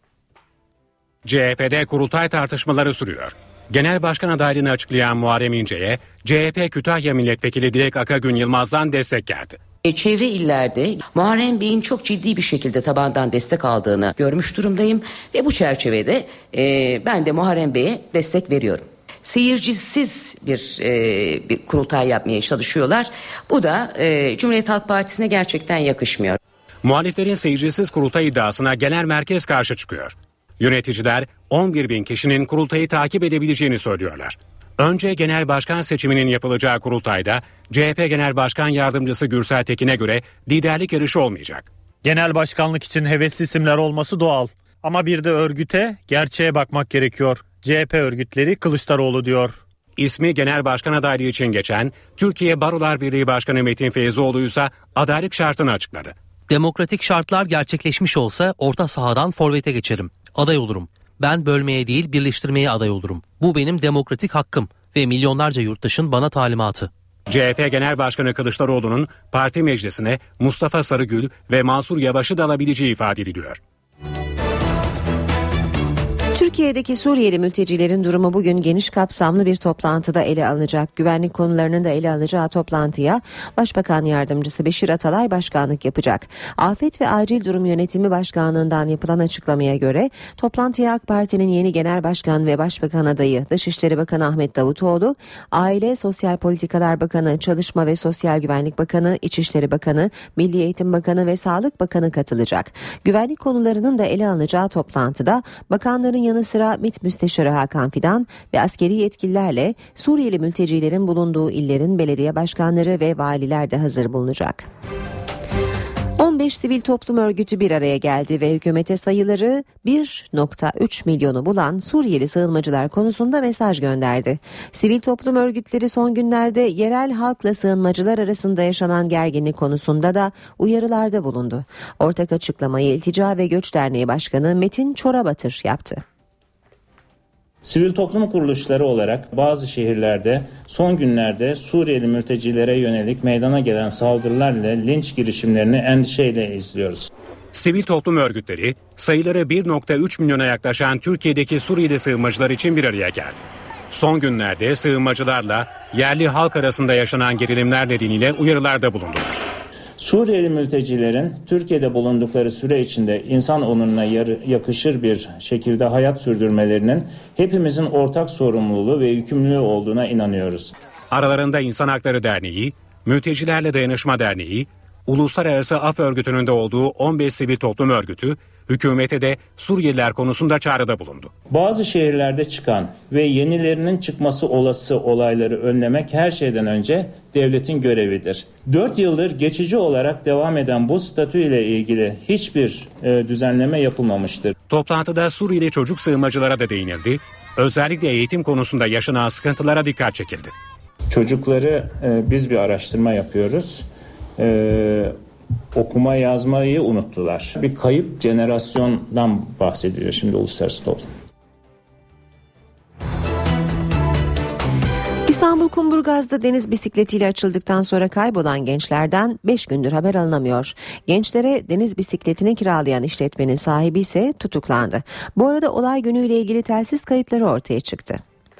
S15: C H P'de kurultay tartışmaları sürüyor. Genel başkan adaylığını açıklayan Muharrem İnce'ye C H P Kütahya Milletvekili Dilek Akagün Yılmaz'dan destek geldi.
S16: Çevre illerde Muharrem Bey'in çok ciddi bir şekilde tabandan destek aldığını görmüş durumdayım ve bu çerçevede e, ben de Muharrem Bey'e destek veriyorum. Seyircisiz bir, e, bir kurultay yapmaya çalışıyorlar. Bu da e, Cumhuriyet Halk Partisi'ne gerçekten yakışmıyor.
S15: Muhaliflerin seyircisiz kurultay iddiasına genel merkez karşı çıkıyor. Yöneticiler on bir bin kişinin kurultayı takip edebileceğini söylüyorlar. Önce genel başkan seçiminin yapılacağı kurultayda C H P Genel Başkan Yardımcısı Gürsel Tekin'e göre liderlik yarışı olmayacak.
S17: Genel başkanlık için hevesli isimler olması doğal. Ama bir de örgüte, gerçeğe bakmak gerekiyor. C H P örgütleri Kılıçdaroğlu diyor.
S15: İsmi genel başkan adaylığı için geçen Türkiye Barolar Birliği Başkanı Metin Feyzoğlu ise adaylık şartını açıkladı.
S18: Demokratik şartlar gerçekleşmiş olsa orta sahadan forvete geçerim. Aday olurum. Ben bölmeye değil birleştirmeye aday olurum. Bu benim demokratik hakkım ve milyonlarca yurttaşın bana talimatı.
S15: C H P Genel Başkanı Kılıçdaroğlu'nun parti meclisine Mustafa Sarıgül ve Mansur Yavaş'ı da alabileceği ifade ediliyor.
S2: Türkiye'deki Suriyeli mültecilerin durumu bugün geniş kapsamlı bir toplantıda ele alınacak. Güvenlik konularının da ele alınacağı toplantıya Başbakan Yardımcısı Beşir Atalay başkanlık yapacak. Afet ve Acil Durum Yönetimi Başkanlığı'ndan yapılan açıklamaya göre toplantıya AK Parti'nin yeni Genel Başkan ve Başbakan adayı Dışişleri Bakanı Ahmet Davutoğlu, Aile Sosyal Politikalar Bakanı, Çalışma ve Sosyal Güvenlik Bakanı, İçişleri Bakanı, Milli Eğitim Bakanı ve Sağlık Bakanı katılacak. Güvenlik konularının da ele alınacağı toplantıda bakanların yanı sıra MİT Müsteşarı Hakan Fidan ve askeri yetkililerle Suriyeli mültecilerin bulunduğu illerin belediye başkanları ve valiler de hazır bulunacak. on beş sivil toplum örgütü bir araya geldi ve hükümete sayıları bir nokta üç milyonu bulan Suriyeli sığınmacılar konusunda mesaj gönderdi. Sivil toplum örgütleri son günlerde yerel halkla sığınmacılar arasında yaşanan gerginlik konusunda da uyarılarda bulundu. Ortak açıklamayı İltica ve Göç Derneği Başkanı Metin Çorabatır yaptı.
S19: Sivil toplum kuruluşları olarak bazı şehirlerde son günlerde Suriyeli mültecilere yönelik meydana gelen saldırılarla linç girişimlerini endişeyle izliyoruz.
S15: Sivil toplum örgütleri sayıları bir nokta üç milyona yaklaşan Türkiye'deki Suriyeli sığınmacılar için bir araya geldi. Son günlerde sığınmacılarla yerli halk arasında yaşanan gerilimler nedeniyle uyarılarda bulundular.
S19: Suriyeli mültecilerin Türkiye'de bulundukları süre içinde insan onuruna yakışır bir şekilde hayat sürdürmelerinin hepimizin ortak sorumluluğu ve yükümlülüğü olduğuna inanıyoruz.
S15: Aralarında İnsan Hakları Derneği, Mültecilerle Dayanışma Derneği, Uluslararası Af Örgütü'nün de olduğu on beş sivil toplum örgütü, hükümete de Suriyeliler konusunda çağrıda bulundu.
S19: Bazı şehirlerde çıkan ve yenilerinin çıkması olası olayları önlemek her şeyden önce devletin görevidir. dört yıldır geçici olarak devam eden bu statü ile ilgili hiçbir e, düzenleme yapılmamıştır.
S15: Toplantıda Suriyeli çocuk sığınmacılara da değinildi. Özellikle eğitim konusunda yaşanan sıkıntılara dikkat çekildi.
S19: Çocukları e, biz bir araştırma yapıyoruz. Ee, okuma yazmayı unuttular. Bir kayıp jenerasyondan bahsediyor şimdi uluslararası toplum.
S2: İstanbul Zonguldak deniz bisikletiyle açıldıktan sonra kaybolan gençlerden beş gündür haber alınamıyor. Gençlere deniz bisikletini kiralayan işletmenin sahibi ise tutuklandı. Bu arada olay günüyle ilgili telsiz kayıtları ortaya çıktı.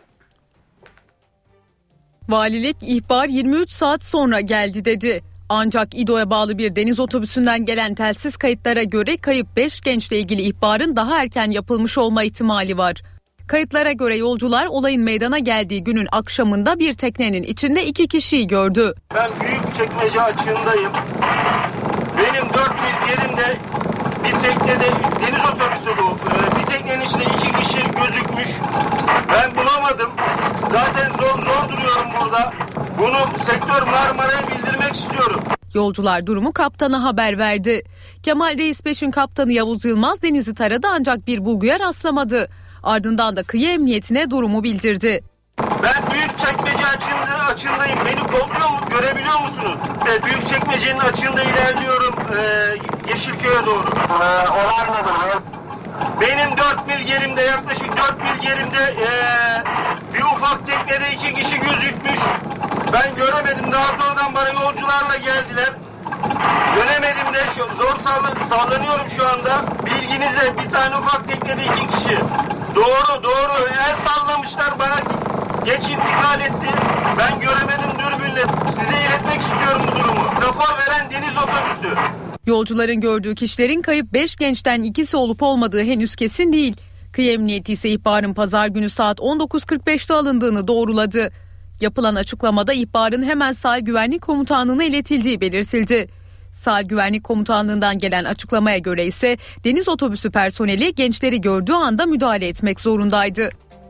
S4: Valilik ihbar yirmi üç saat sonra geldi dedi. Ancak İDO'ya bağlı bir deniz otobüsünden gelen telsiz kayıtlara göre kayıp beş gençle ilgili ihbarın daha erken yapılmış olma ihtimali var. Kayıtlara göre yolcular olayın meydana geldiği günün akşamında bir teknenin içinde iki kişiyi gördü.
S20: Ben Büyükçekmece açığındayım. Benim dört mil yerimde bir teknede deniz otobüsü bu. Ee, bir teknenin içinde iki kişi gözükmüş. Ben bulamadım. Zaten zor zor duruyorum burada. Bunu sektör Marmara'ya bildirmek istiyorum.
S4: Yolcular durumu kaptana haber verdi. Kemal Reis Beş'in kaptanı Yavuz Yılmaz denizi taradı ancak bir bulguya rastlamadı. Ardından da kıyı emniyetine durumu bildirdi.
S20: Ben Büyükçekmece açığında, açığındayım. Beni kolluyor mu? Görebiliyor musunuz? Ee, Büyükçekmece'nin açığında ilerliyorum. Ee, Yeşilköy'e doğru. Ee, olay nedir? Benim dört mil yerimde, yaklaşık dört mil yerimde ee, bir ufak teknede iki kişi gözükmüş. Ben göremedim. Daha sonradan bana yolcularla geldiler. Göremedim de şu, zor sallanıyorum şu anda. Bilginize bir tane ufak teknede iki kişi. Doğru doğru. El sallamışlar bana. Geç intikal etti. Ben göremedim dürbünle. Size iletmek istiyorum bu durumu. Rapor veren deniz otobüsü.
S4: Yolcuların gördüğü kişilerin kayıp beş gençten ikisi olup olmadığı henüz kesin değil. Kıyı Emniyeti ise ihbarın pazar günü saat on dokuz kırk beşte alındığını doğruladı. Yapılan açıklamada ihbarın hemen Sahil Güvenlik Komutanlığı'na iletildiği belirtildi. Sahil Güvenlik Komutanlığı'ndan gelen açıklamaya göre ise deniz otobüsü personeli gençleri gördüğü anda müdahale etmek zorundaydı.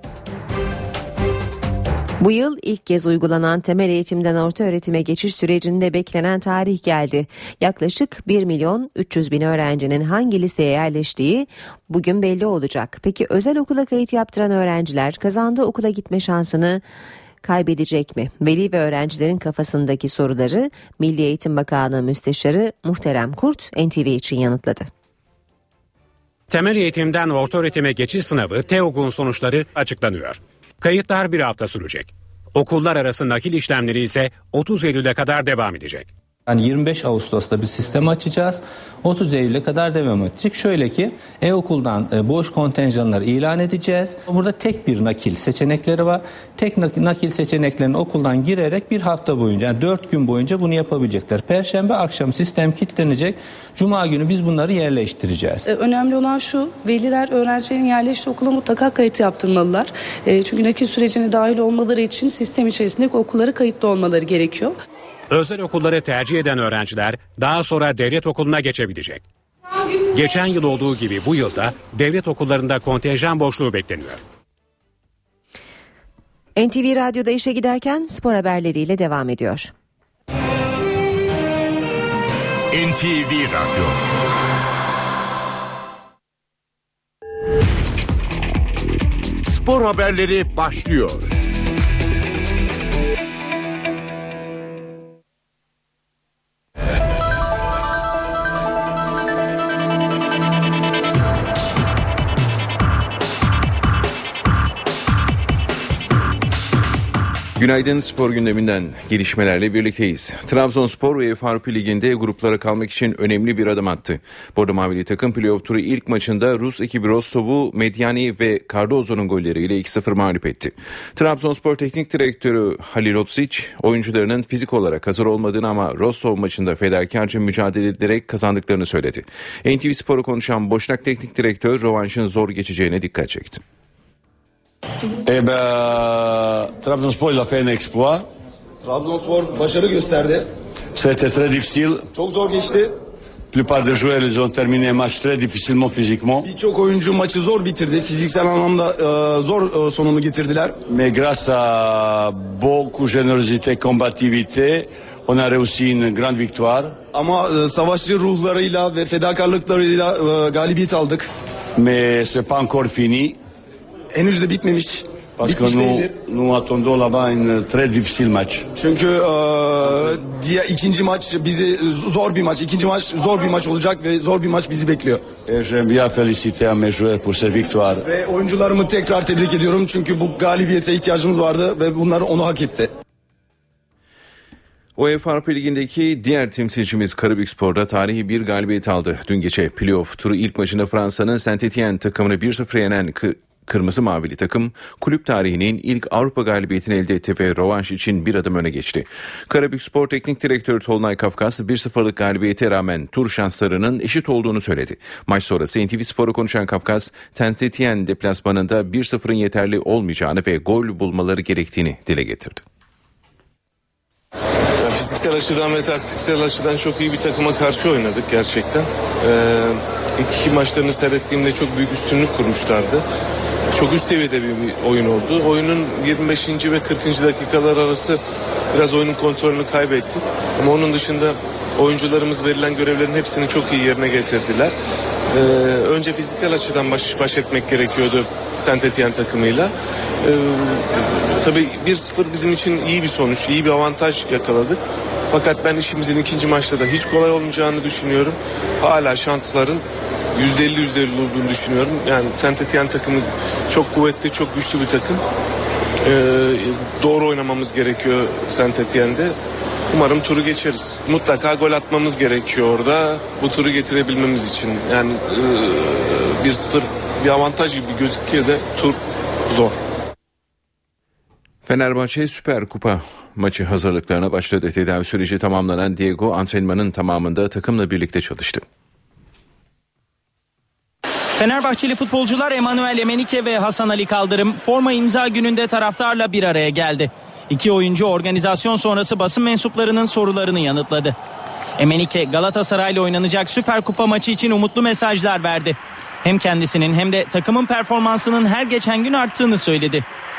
S2: Bu yıl ilk kez uygulanan temel eğitimden ortaöğretime geçiş sürecinde beklenen tarih geldi. Yaklaşık bir milyon üç yüz bin öğrencinin hangi liseye yerleştiği bugün belli olacak. Peki özel okula kayıt yaptıran öğrenciler kazandığı okula gitme şansını kaybedecek mi? Veli ve öğrencilerin kafasındaki soruları Milli Eğitim Bakanlığı Müsteşarı Muhterem Kurt N T V için yanıtladı.
S15: Temel eğitimden ortaöğretime geçiş sınavı TEOG'un sonuçları açıklanıyor. Kayıtlar bir hafta sürecek. Okullar arası nakil işlemleri ise otuz Eylül'e kadar devam edecek.
S21: Yani yirmi beş Ağustos'ta bir sistem açacağız. otuz Eylül'e kadar devam edecek. Şöyle ki e-okuldan boş kontenjanları ilan edeceğiz. Burada tek bir nakil seçenekleri var. Tek nakil seçeneklerini okuldan girerek bir hafta boyunca yani dört gün boyunca bunu yapabilecekler. Perşembe akşam sistem kilitlenecek. Cuma günü biz bunları yerleştireceğiz.
S22: Önemli olan şu, veliler öğrencilerin yerleştiği okula mutlaka kayıt yaptırmalılar. Çünkü nakil sürecine dahil olmaları için sistem içerisindeki okullara kayıtlı olmaları gerekiyor.
S15: Özel okulları tercih eden öğrenciler daha sonra devlet okuluna geçebilecek. Geçen yıl olduğu gibi bu yılda devlet okullarında kontenjan boşluğu bekleniyor.
S2: N T V Radyo'da işe giderken spor haberleriyle devam ediyor.
S1: N T V Radyo. Spor haberleri başlıyor.
S23: Günaydın, spor gündeminden gelişmelerle birlikteyiz. Trabzonspor UEFA Avrupa Ligi'nde gruplara kalmak için önemli bir adım attı. Bordo Mavili takım playoff turu ilk maçında Rus ekibi Rostov'u Medjani ve Cardozo'nun golleriyle iki sıfır mağlup etti. Trabzonspor Teknik Direktörü Halil Otsic, oyuncularının fizik olarak hazır olmadığını ama Rostov maçında fedakarca mücadele ederek kazandıklarını söyledi. N T V Spor'u konuşan Boşnak Teknik Direktör rövanşın zor geçeceğine dikkat çekti.
S24: Eh ben, Trabzonspor il a fait un exploit.
S25: Trabzonspor başarı gösterdi.
S24: C'était très difficile.
S25: Çok zor geçti.
S24: La plupart des joueurs ils ont terminé le match très difficilement physiquement.
S25: Birçok oyuncu maçı zor bitirdi. Fiziksel anlamda e, zor e, sonunu getirdiler.
S24: Mais grâce à beaucoup générosité, combativité, on a réussi une grande victoire.
S25: Ama e, savaşçı ruhlarıyla ve fedakarlıklarıyla e, galibiyet aldık.
S24: Mais c'est pas encore fini.
S25: Henüz de bitmemiş.
S24: Parce que nous, nous attendons là-bas un très difficile match.
S25: Çünkü e, diğer ikinci maç bizi zor bir maç. İkinci maç zor bir maç olacak ve zor bir maç bizi bekliyor.
S24: Et j'aime bien féliciter à mes joueurs pour cette victoire.
S25: Ve oyuncularımı tekrar tebrik ediyorum çünkü bu galibiyete ihtiyacımız vardı ve bunlar onu hak etti.
S23: UEFA Avrupa Ligi'ndeki diğer temsilcimiz Karabükspor'da tarihi bir galibiyet aldı. Dün gece playoff turu ilk maçında Fransa'nın Saint-Étienne takımını bir sıfır yenen K- Kırmızı Mavili takım kulüp tarihinin ilk Avrupa galibiyetini elde etti ve rövanş için bir adım öne geçti. Karabükspor Teknik Direktörü Tolunay Kafkas bir sıfırlık galibiyete rağmen tur şanslarının eşit olduğunu söyledi. Maç sonrası N T V Spor'a konuşan Kafkas, Saint-Étienne deplasmanında bir sıfırın yeterli olmayacağını ve gol bulmaları gerektiğini dile getirdi.
S3: Ya fiziksel açıdan ve taktiksel açıdan çok iyi bir takıma karşı oynadık gerçekten. Ee, ilk iki maçlarını seyrettiğimde çok büyük üstünlük kurmuşlardı. Çok üst seviyede bir, bir oyun oldu. Oyunun yirmi beşinci ve kırkıncı dakikalar arası biraz oyunun kontrolünü kaybettik. Ama onun dışında oyuncularımız verilen görevlerin hepsini çok iyi yerine getirdiler. Ee, önce fiziksel açıdan baş, baş etmek gerekiyordu Saint-Étienne takımıyla. Ee, tabii bir sıfır bizim için iyi bir sonuç, iyi bir avantaj yakaladık. Fakat ben işimizin ikinci maçta da hiç kolay olmayacağını düşünüyorum. Hala şansların yüzde elli yüzde elli olduğunu düşünüyorum. Yani Saint-Étienne takımı çok kuvvetli, çok güçlü bir takım. Ee, doğru oynamamız gerekiyor Saint-Étienne'de. Umarım turu geçeriz. Mutlaka gol atmamız gerekiyor orada bu turu getirebilmemiz için. Yani e, bir sıfır bir avantaj gibi gözüküyor da tur zor.
S23: Fenerbahçe Süper Kupa maçı hazırlıklarına başladı. Tedavi süreci tamamlanan Diego antrenmanın tamamında takımla birlikte çalıştı.
S5: Fenerbahçeli futbolcular Emanuel Emenike ve Hasan Ali Kaldırım forma imza gününde taraftarla bir araya geldi. İki oyuncu organizasyon sonrası basın mensuplarının sorularını yanıtladı. Emenike Galatasaray'la oynanacak Süper Kupa maçı için umutlu mesajlar verdi. Hem kendisinin hem de takımın performansının her geçen gün arttığını söyledi.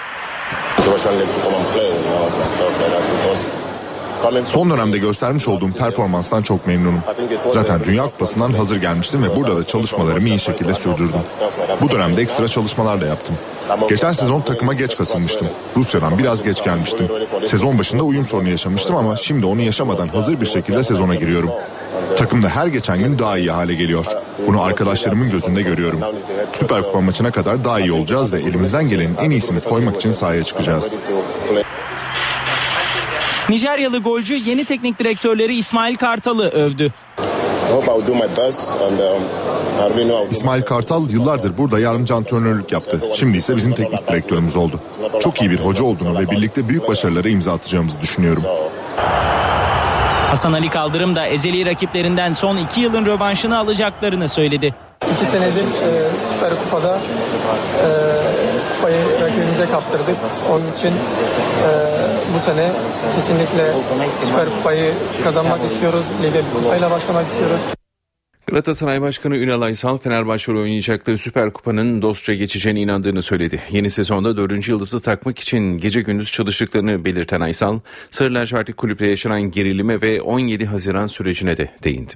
S6: Son dönemde göstermiş olduğum performanstan çok memnunum. Zaten Dünya Kupası'ndan hazır gelmiştim ve burada da çalışmalarımı iyi şekilde sürdürdüm. Bu dönemde ekstra çalışmalar da yaptım. Geçen sezon takıma geç katılmıştım. Rusya'dan biraz geç gelmiştim. Sezon başında uyum sorunu yaşamıştım ama şimdi onu yaşamadan hazır bir şekilde sezona giriyorum. Takım da her geçen gün daha iyi hale geliyor. Bunu arkadaşlarımın gözünde görüyorum. Süper Kupa maçına kadar daha iyi olacağız ve elimizden gelenin en iyisini koymak için sahaya çıkacağız.
S5: Nijeryalı golcü yeni teknik direktörleri İsmail Kartal'ı övdü.
S6: İsmail Kartal yıllardır burada yardımcı antrenörlük yaptı. Şimdi ise bizim teknik direktörümüz oldu. Çok iyi bir hoca olduğunu ve birlikte büyük başarılara imza atacağımızı düşünüyorum.
S5: Hasan Ali Kaldırım da ezeli rakiplerinden son iki yılın rövanşını alacaklarını söyledi.
S7: İki senedir e, Süper Kupa'da e, kupayı rakibimize kaptırdık. Onun için e, bu sene kesinlikle Süper Kupayı kazanmak istiyoruz. Lige bir kupayla başlamak istiyoruz.
S23: Galatasaray Başkanı Ünal Aysal, Fenerbahçe'yle oynayacakları Süper Kupa'nın dostça geçeceğine inandığını söyledi. Yeni sezonda dördüncü yıldızı takmak için gece gündüz çalıştıklarını belirten Aysal, Sarı Lacivert Kulüp'te yaşanan gerilime ve on yedi Haziran sürecine de değindi.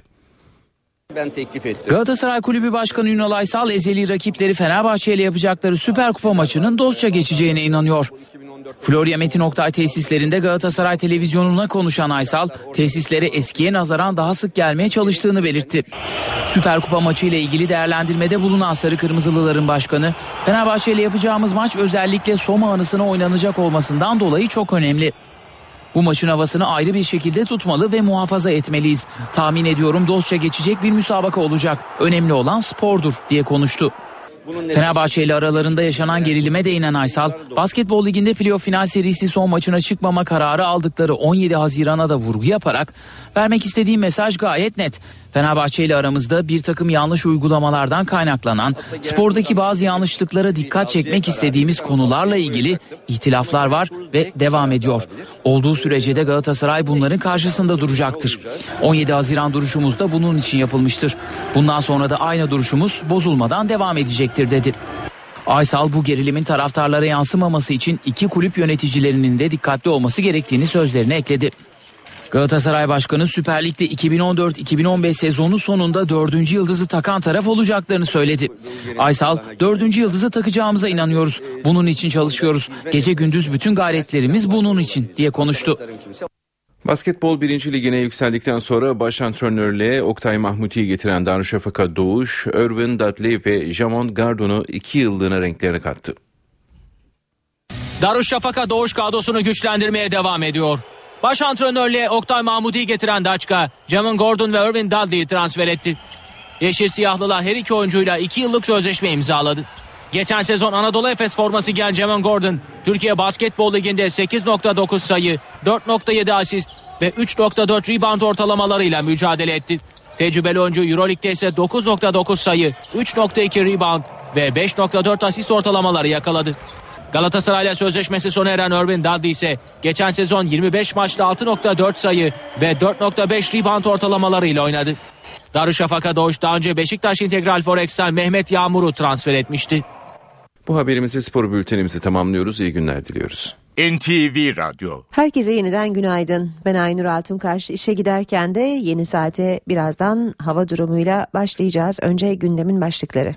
S8: Ben teklif ettim. Galatasaray Kulübü Başkanı Ünal Aysal ezeli rakipleri Fenerbahçe ile yapacakları Süper Kupa maçının dostça geçeceğine inanıyor. Florya Metin Oktay tesislerinde Galatasaray televizyonuna konuşan Aysal, tesislere eskiye nazaran daha sık gelmeye çalıştığını belirtti. Süper Kupa maçı ile ilgili değerlendirmede bulunan Sarı Kırmızılıların başkanı, Fenerbahçe ile yapacağımız maç özellikle Soma anısına oynanacak olmasından dolayı çok önemli. Bu maçın havasını ayrı bir şekilde tutmalı ve muhafaza etmeliyiz. Tahmin ediyorum dostça geçecek bir müsabaka olacak. Önemli olan spordur diye konuştu. Fenerbahçe ile aralarında yaşanan gerilime değinen Aysal, Basketbol Ligi'nde playoff final serisi son maçına çıkmama kararı aldıkları on yedi Haziran'a da vurgu yaparak, vermek istediğim mesaj gayet net. Fenerbahçe ile aramızda bir takım yanlış uygulamalardan kaynaklanan, spordaki bazı yanlışlıklara dikkat çekmek istediğimiz konularla ilgili ihtilaflar var ve devam ediyor. Olduğu sürece de Galatasaray bunların karşısında duracaktır. on yedi Haziran duruşumuz da bunun için yapılmıştır. Bundan sonra da aynı duruşumuz bozulmadan devam edecektir dedi. Aysal bu gerilimin taraftarlara yansımaması için iki kulüp yöneticilerinin de dikkatli olması gerektiğini sözlerine ekledi. Galatasaray Başkanı Süper Lig'de iki bin on dört iki bin on beş sezonu sonunda dördüncü yıldızı takan taraf olacaklarını söyledi. Aysal, dördüncü yıldızı takacağımıza inanıyoruz. Bunun için çalışıyoruz. Gece gündüz bütün gayretlerimiz bunun için diye konuştu.
S23: Basketbol birinci Ligi'ne yükseldikten sonra baş antrenörlüğe Oktay Mahmuti'yi getiren Darüşşafaka Doğuş, Irvin Dudley ve Jamon Gardon'u iki yıllığına renklerine kattı.
S5: Darüşşafaka Doğuş kadrosunu güçlendirmeye devam ediyor. Baş antrenörlüğe Oktay Mahmudi'yi getiren Daçka, Jamon Gordon ve Irvin Dudley'i transfer etti. Yeşil Siyahlılar her iki oyuncuyla iki yıllık sözleşme imzaladı. Geçen sezon Anadolu Efes forması giyen Jamon Gordon, Türkiye Basketbol Ligi'nde sekiz nokta dokuz sayı, dört nokta yedi asist ve üç nokta dört rebound ortalamalarıyla mücadele etti. Tecrübeli oyuncu Euroleague'de ise dokuz nokta dokuz sayı, üç nokta iki rebound ve beş nokta dört asist ortalamaları yakaladı. Galatasaray'la sözleşmesi sona eren Irvin Dudley ise geçen sezon yirmi beş maçta altı nokta dört sayı ve dört nokta beş rebound ortalamalarıyla oynadı. Darüşşafaka Doğuş daha önce Beşiktaş İntegral Forex'ten Mehmet Yağmur'u transfer etmişti.
S23: Bu haberimizi, spor bültenimizi tamamlıyoruz. İyi günler diliyoruz.
S1: N T V Radyo.
S2: Herkese yeniden günaydın. Ben Aynur Altunkaş. İşe giderken de yeni saate birazdan hava durumuyla başlayacağız. Önce gündemin başlıkları.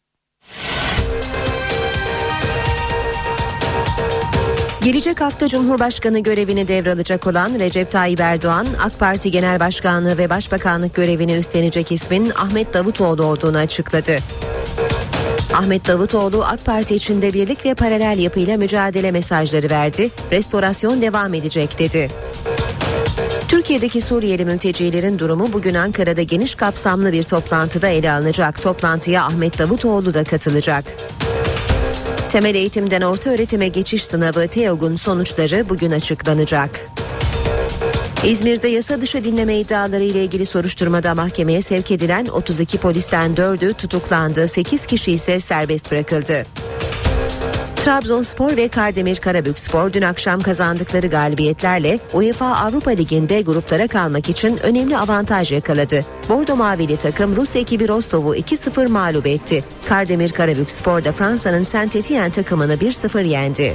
S2: Gelecek hafta Cumhurbaşkanı görevini devralacak olan Recep Tayyip Erdoğan, AK Parti Genel Başkanlığı ve Başbakanlık görevini üstlenecek ismin Ahmet Davutoğlu olduğunu açıkladı. Ahmet Davutoğlu, AK Parti içinde birlik ve paralel yapıyla mücadele mesajları verdi. Restorasyon devam edecek dedi. Türkiye'deki Suriyeli mültecilerin durumu bugün Ankara'da geniş kapsamlı bir toplantıda ele alınacak. Toplantıya Ahmet Davutoğlu da katılacak. Temel eğitimden orta öğretime geçiş sınavı TEOG'un sonuçları bugün açıklanacak. İzmir'de yasa dışı dinleme iddiaları ile ilgili soruşturmada mahkemeye sevk edilen otuz iki polisten dördü tutuklandı, sekiz kişi ise serbest bırakıldı. Trabzonspor ve Kardemir Karabükspor dün akşam kazandıkları galibiyetlerle UEFA Avrupa Ligi'nde gruplara kalmak için önemli avantaj yakaladı. Bordo Mavili takım Rus ekibi Rostov'u iki sıfır mağlup etti. Kardemir Karabükspor da Fransa'nın Saint-Étienne takımını bir sıfır yendi.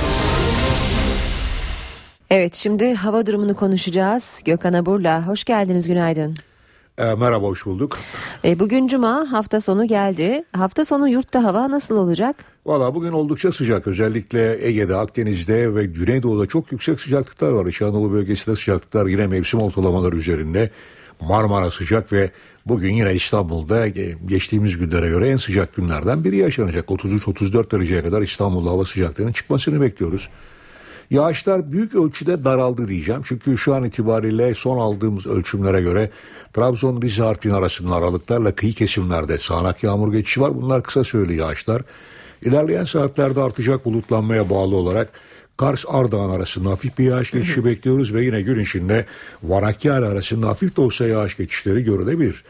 S2: Evet, şimdi hava durumunu konuşacağız. Gökhan Abur'la. Hoş geldiniz, günaydın.
S9: E, merhaba, hoş bulduk.
S2: E, bugün Cuma, hafta sonu geldi. Hafta sonu yurtta hava nasıl olacak?
S9: Valla bugün oldukça sıcak. Özellikle Ege'de, Akdeniz'de ve Güneydoğu'da çok yüksek sıcaklıklar var. İç Anadolu bölgesinde sıcaklıklar yine mevsim ortalamaları üzerinde. Marmara sıcak ve bugün yine İstanbul'da geçtiğimiz günlere göre en sıcak günlerden biri yaşanacak. otuz üç otuz dört dereceye kadar İstanbul'da hava sıcaklığının çıkmasını bekliyoruz. Yağışlar büyük ölçüde daraldı diyeceğim. Çünkü şu an itibariyle son aldığımız ölçümlere göre Trabzon, Rize, Artvin arasında aralıklarla kıyı kesimlerde sağanak yağmur geçişi var. Bunlar kısa süreli yağışlar. İlerleyen saatlerde artacak bulutlanmaya bağlı olarak Kars, Ardahan arasında hafif bir yağış geçişi bekliyoruz ve yine gün içinde Van Hakkari arasında hafif de olsa yağış geçişleri görülebilir.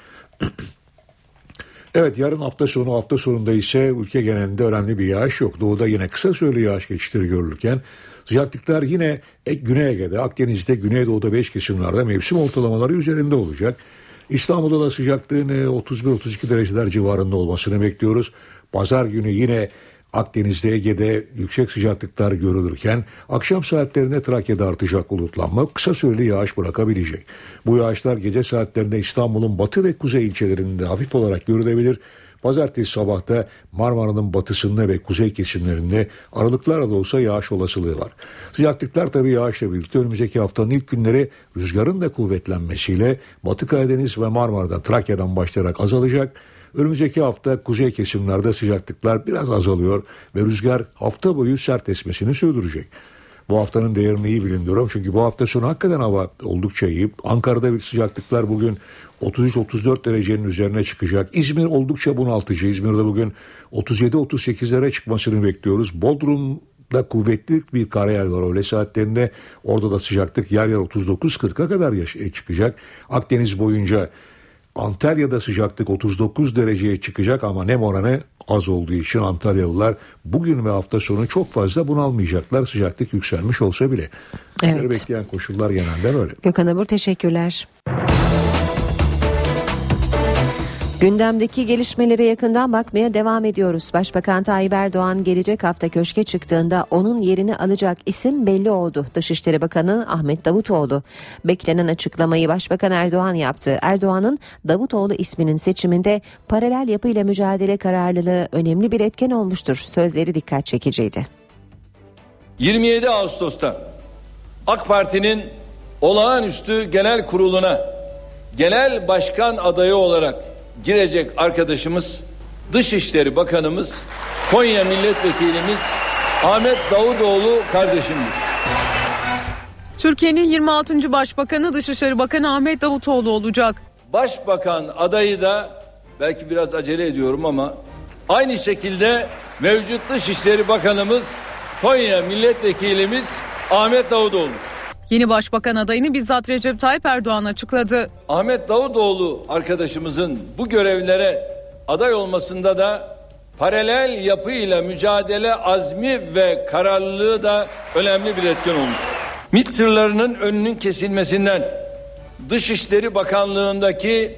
S9: Evet, yarın hafta sonu hafta sonunda ise ülke genelinde önemli bir yağış yok. Doğuda yine kısa süreli yağış geçişleri görülürken sıcaklıklar yine Güney Ege'de, Akdeniz'de, Güneydoğu'da beş kesimlerde mevsim ortalamaları üzerinde olacak. İstanbul'da da sıcaklığın otuz bir otuz iki dereceler civarında olmasını bekliyoruz. Pazar günü yine Akdeniz'de, Ege'de yüksek sıcaklıklar görülürken akşam saatlerinde Trakya'da artacak bulutlanma kısa süreli yağış bırakabilecek. Bu yağışlar gece saatlerinde İstanbul'un batı ve kuzey ilçelerinde hafif olarak görülebilir. Pazartesi sabahta Marmara'nın batısında ve kuzey kesimlerinde aralıklarla da olsa yağış olasılığı var. Sıcaklıklar tabii yağışla birlikte önümüzdeki haftanın ilk günleri rüzgarın da kuvvetlenmesiyle Batı Karadeniz ve Marmara'dan, Trakya'dan başlayarak azalacak. Önümüzdeki hafta kuzey kesimlerde sıcaklıklar biraz azalıyor ve rüzgar hafta boyu sert esmesini sürdürecek. Bu haftanın değerini iyi bilin diyorum çünkü bu hafta sonu hakikaten hava oldukça iyi. Ankara'da bir sıcaklıklar bugün otuz üç otuz dört derecenin üzerine çıkacak. İzmir oldukça bunaltıcı. İzmir'de bugün otuz yedi otuz sekizlere çıkmasını bekliyoruz. Bodrum'da kuvvetli bir karayel var öğle saatlerinde. Orada da sıcaklık yer yer otuz dokuz kırka kadar çıkacak. Akdeniz boyunca Antalya'da sıcaklık otuz dokuz dereceye çıkacak ama nem oranı az olduğu için Antalyalılar bugün ve hafta sonu çok fazla bunalmayacaklar. Sıcaklık yükselmiş olsa bile.
S2: Evet.
S9: Bekleyen koşullar genelde böyle.
S2: Gökhan Abur, teşekkürler. Gündemdeki gelişmelere yakından bakmaya devam ediyoruz. Başbakan Tayyip Erdoğan gelecek hafta köşke çıktığında onun yerini alacak isim belli oldu. Dışişleri Bakanı Ahmet Davutoğlu. Beklenen açıklamayı Başbakan Erdoğan yaptı. Erdoğan'ın Davutoğlu isminin seçiminde paralel yapıyla mücadele kararlılığı önemli bir etken olmuştur. Sözleri dikkat çekiciydi.
S10: yirmi yedi Ağustos'ta AK Parti'nin olağanüstü genel kuruluna genel başkan adayı olarak girecek arkadaşımız Dışişleri Bakanımız, Konya Milletvekilimiz Ahmet Davutoğlu kardeşimdir.
S4: Türkiye'nin yirmi altıncı Başbakanı Dışişleri Bakanı Ahmet Davutoğlu olacak.
S10: Başbakan adayı da belki biraz acele ediyorum ama aynı şekilde mevcut Dışişleri Bakanımız Konya Milletvekilimiz Ahmet Davutoğlu.
S4: Yeni başbakan adayını bizzat Recep Tayyip Erdoğan açıkladı.
S10: Ahmet Davutoğlu arkadaşımızın bu görevlere aday olmasında da paralel yapıyla mücadele azmi ve kararlılığı da önemli bir etken olmuş. MİT tırlarının önünün kesilmesinden Dışişleri Bakanlığı'ndaki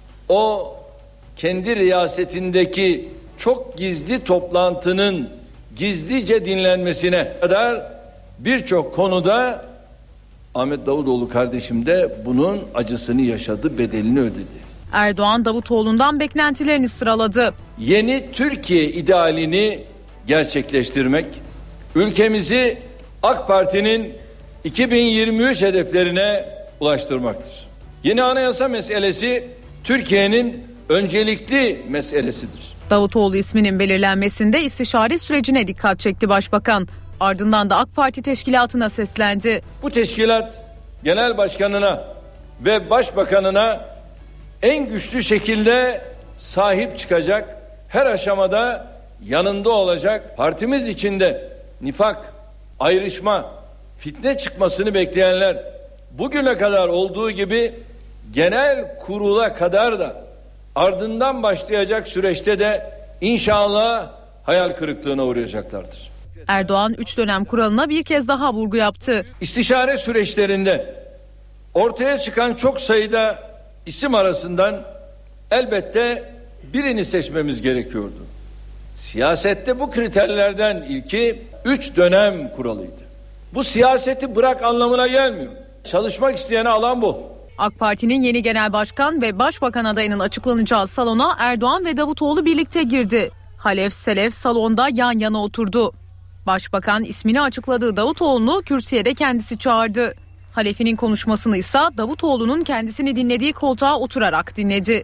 S10: o kendi riyasetindeki çok gizli toplantının gizlice dinlenmesine kadar birçok konuda Ahmet Davutoğlu kardeşim de bunun acısını yaşadı, bedelini ödedi.
S4: Erdoğan Davutoğlu'ndan beklentilerini sıraladı.
S10: Yeni Türkiye idealini gerçekleştirmek, ülkemizi AK Parti'nin iki bin yirmi üç hedeflerine ulaştırmaktır. Yeni anayasa meselesi Türkiye'nin öncelikli meselesidir.
S4: Davutoğlu isminin belirlenmesinde istişare sürecine dikkat çekti Başbakan. Ardından da AK Parti teşkilatına seslendi.
S10: Bu teşkilat genel başkanına ve başbakanına en güçlü şekilde sahip çıkacak, her aşamada yanında olacak. Partimiz içinde nifak, ayrışma, fitne çıkmasını bekleyenler bugüne kadar olduğu gibi genel kurula kadar da ardından başlayacak süreçte de inşallah hayal kırıklığına uğrayacaklardır.
S4: Erdoğan üç dönem kuralına bir kez daha vurgu yaptı.
S10: İstişare süreçlerinde ortaya çıkan çok sayıda isim arasından elbette birini seçmemiz gerekiyordu. Siyasette bu kriterlerden ilki üç dönem kuralıydı. Bu siyaseti bırak anlamına gelmiyor. Çalışmak isteyene alan bu.
S4: AK Parti'nin yeni genel başkan ve başbakan adayının açıklanacağı salona Erdoğan ve Davutoğlu birlikte girdi. Halef Selef salonda yan yana oturdu. Başbakan ismini açıkladığı Davutoğlu'nu kürsüye de kendisi çağırdı. Halef'in konuşmasını ise Davutoğlu'nun kendisini dinlediği koltuğa oturarak dinledi.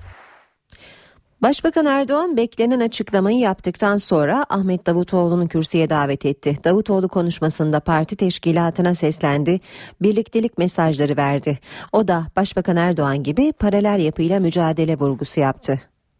S2: Başbakan Erdoğan beklenen açıklamayı yaptıktan sonra Ahmet Davutoğlu'nu kürsüye davet etti. Davutoğlu konuşmasında parti teşkilatına seslendi, birliktelik mesajları verdi. O da Başbakan Erdoğan gibi paralel yapıyla mücadele vurgusu yaptı.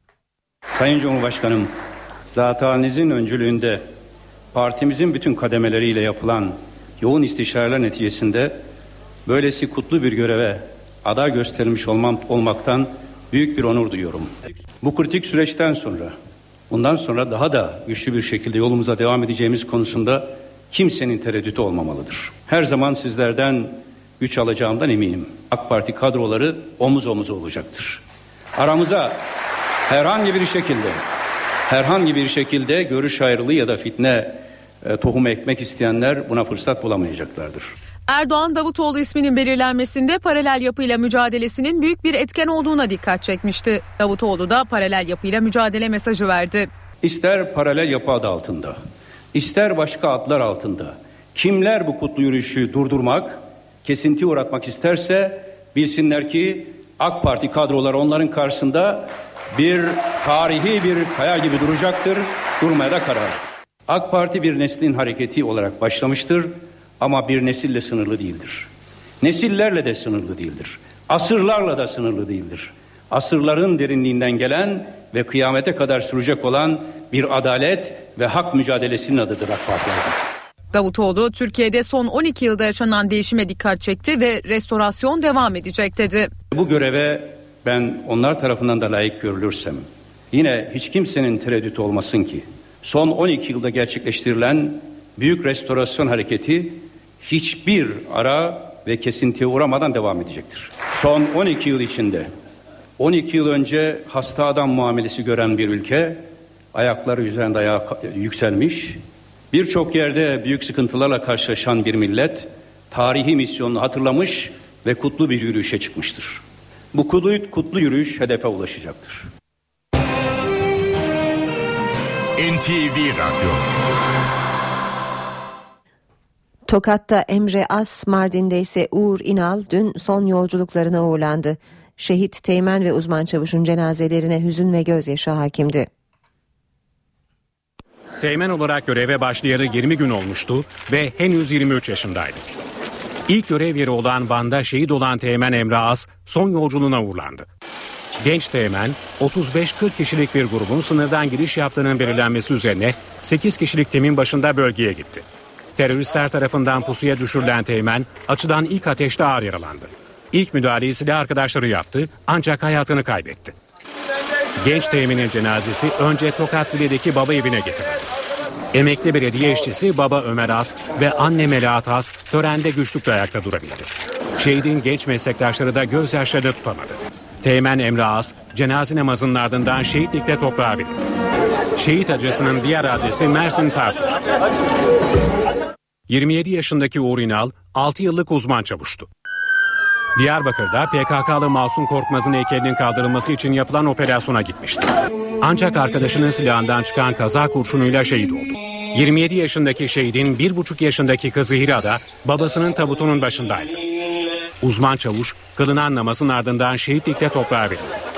S11: Sayın Cumhurbaşkanım, zat halinizin öncülüğünde partimizin bütün kademeleriyle yapılan yoğun istişareler neticesinde böylesi kutlu bir göreve aday gösterilmiş olmam, olmaktan büyük bir onur duyuyorum. Bu kritik süreçten sonra, bundan sonra daha da güçlü bir şekilde yolumuza devam edeceğimiz konusunda kimsenin tereddütü olmamalıdır. Her zaman sizlerden güç alacağımdan eminim. AK Parti kadroları omuz omuza olacaktır. Aramıza herhangi bir şekilde, herhangi bir şekilde görüş ayrılığı ya da fitne e, tohumu ekmek isteyenler buna fırsat bulamayacaklardır.
S4: Erdoğan Davutoğlu isminin belirlenmesinde paralel yapıyla mücadelesinin büyük bir etken olduğuna dikkat çekmişti. Davutoğlu da paralel yapıyla mücadele mesajı verdi.
S11: İster paralel yapı adı altında, ister başka adlar altında kimler bu kutlu yürüyüşü durdurmak, kesintiye uğratmak isterse bilsinler ki AK Parti kadroları onların karşısında bir tarihi bir kaya gibi duracaktır, durmaya da kararlı. AK Parti bir neslin hareketi olarak başlamıştır. Ama bir nesille sınırlı değildir. Nesillerle de sınırlı değildir. Asırlarla da sınırlı değildir. Asırların derinliğinden gelen ve kıyamete kadar sürecek olan bir adalet ve hak mücadelesinin adıdır AK Parti'nin.
S4: Davutoğlu, Türkiye'de son on iki yılda yaşanan değişime dikkat çekti ve restorasyon devam edecek dedi.
S11: Bu göreve ben onlar tarafından da layık görülürsem, yine hiç kimsenin tereddütü olmasın ki, son on iki yılda gerçekleştirilen büyük restorasyon hareketi hiçbir ara ve kesintiye uğramadan devam edecektir. Son on iki yıl içinde, on iki yıl önce hasta adam muamelesi gören bir ülke, ayakları üzerinde ayağa yükselmiş, birçok yerde büyük sıkıntılarla karşılaşan bir millet, tarihi misyonunu hatırlamış ve kutlu bir yürüyüşe çıkmıştır. Bu kutlu, kutlu yürüyüş hedefe ulaşacaktır.
S1: N T V Radyo.
S2: Tokat'ta Emre As, Mardin'de ise Uğur İnal dün son yolculuklarına uğurlandı. Şehit teğmen ve uzman çavuşun cenazelerine hüzün ve gözyaşı hakimdi.
S15: Teğmen olarak göreve başlayalı yirmi gün olmuştu ve henüz yirmi üç yaşındaydı. İlk görev yeri olan Van'da şehit olan Teğmen Emre As son yolculuğuna uğurlandı. Genç Teğmen otuz beş kırk kişilik bir grubun sınırdan giriş yaptığının belirlenmesi üzerine sekiz kişilik timin başında bölgeye gitti. Teröristler tarafından pusuya düşürülen Teğmen açıdan ilk ateşte ağır yaralandı. İlk müdahaleyi silah arkadaşları yaptı ancak hayatını kaybetti. Genç Teğmen'in cenazesi önce Tokat Zile'deki baba evine getirildi. Emekli belediye işçisi baba Ömer As ve anne Melahat As törende güçlükle ayakta durabildi. Şehidin genç meslektaşları da gözyaşlarını tutamadı. Teğmen Emre As cenaze namazının ardından şehitlikte toprağa verildi. Şehit acısının diğer adresi Mersin Tarsus. yirmi yedi yaşındaki Uğur İnal altı yıllık uzman çavuştu. Diyarbakır'da P K K'lı Masum Korkmaz'ın heykelinin kaldırılması için yapılan operasyona gitmişti. Ancak arkadaşının silahından çıkan kaza kurşunuyla şehit oldu. yirmi yedi yaşındaki şehidin bir buçuk yaşındaki kızı Hira da babasının tabutunun başındaydı. Uzman çavuş kılınan namazın ardından şehitlikte toprağa verildi.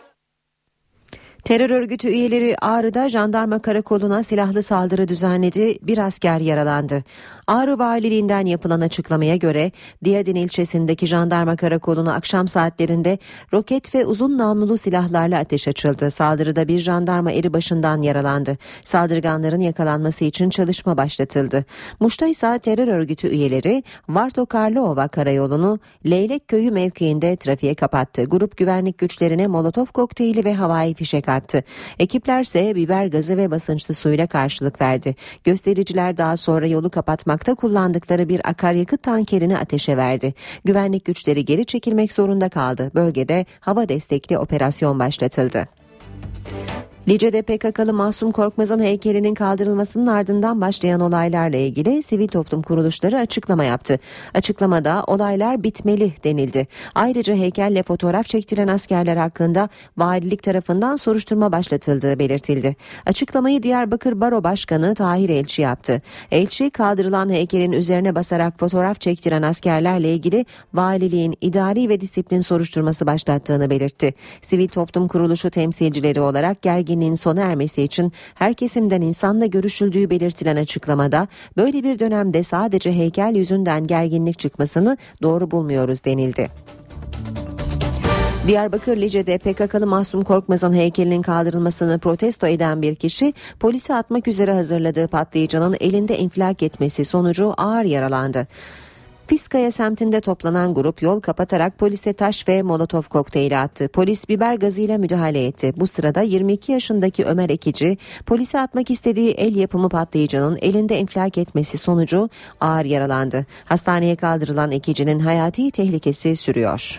S2: Terör örgütü üyeleri Ağrı'da jandarma karakoluna silahlı saldırı düzenledi. Bir asker yaralandı. Ağrı Valiliğinden yapılan açıklamaya göre Diyadin ilçesindeki jandarma karakoluna akşam saatlerinde roket ve uzun namlulu silahlarla ateş açıldı. Saldırıda bir jandarma eri başından yaralandı. Saldırganların yakalanması için çalışma başlatıldı. Muş'ta ise terör örgütü üyeleri Varto-Karlıova karayolunu Leylek Köyü mevkiinde trafiğe kapattı. Grup güvenlik güçlerine molotof kokteyli ve havai fişek attı. Ekiplerse biber gazı ve basınçlı suyla karşılık verdi. Göstericiler daha sonra yolu kapatmakta kullandıkları bir akaryakıt tankerini ateşe verdi. Güvenlik güçleri geri çekilmek zorunda kaldı. Bölgede hava destekli operasyon başlatıldı. Lice'de P K K'lı Masum Korkmaz'ın heykelinin kaldırılmasının ardından başlayan olaylarla ilgili sivil toplum kuruluşları açıklama yaptı. Açıklamada olaylar bitmeli denildi. Ayrıca heykelle fotoğraf çektiren askerler hakkında valilik tarafından soruşturma başlatıldığı belirtildi. Açıklamayı Diyarbakır Baro Başkanı Tahir Elçi yaptı. Elçi kaldırılan heykelin üzerine basarak fotoğraf çektiren askerlerle ilgili valiliğin idari ve disiplin soruşturması başlattığını belirtti. Sivil toplum kuruluşu temsilcileri olarak gergin sona ermesi için her kesimden insanla görüşüldüğü belirtilen açıklamada böyle bir dönemde sadece heykel yüzünden gerginlik çıkmasını doğru bulmuyoruz denildi. Diyarbakır Lice'de P K K'lı Masum Korkmaz'ın heykelinin kaldırılmasını protesto eden bir kişi polise atmak üzere hazırladığı patlayıcının elinde infilak etmesi sonucu ağır yaralandı. Fiskaya semtinde toplanan grup yol kapatarak polise taş ve molotof kokteyli attı. Polis biber gazıyla müdahale etti. Bu sırada yirmi iki yaşındaki Ömer Ekici polise atmak istediği el yapımı patlayıcının elinde infilak etmesi sonucu ağır yaralandı. Hastaneye kaldırılan Ekici'nin hayati tehlikesi sürüyor.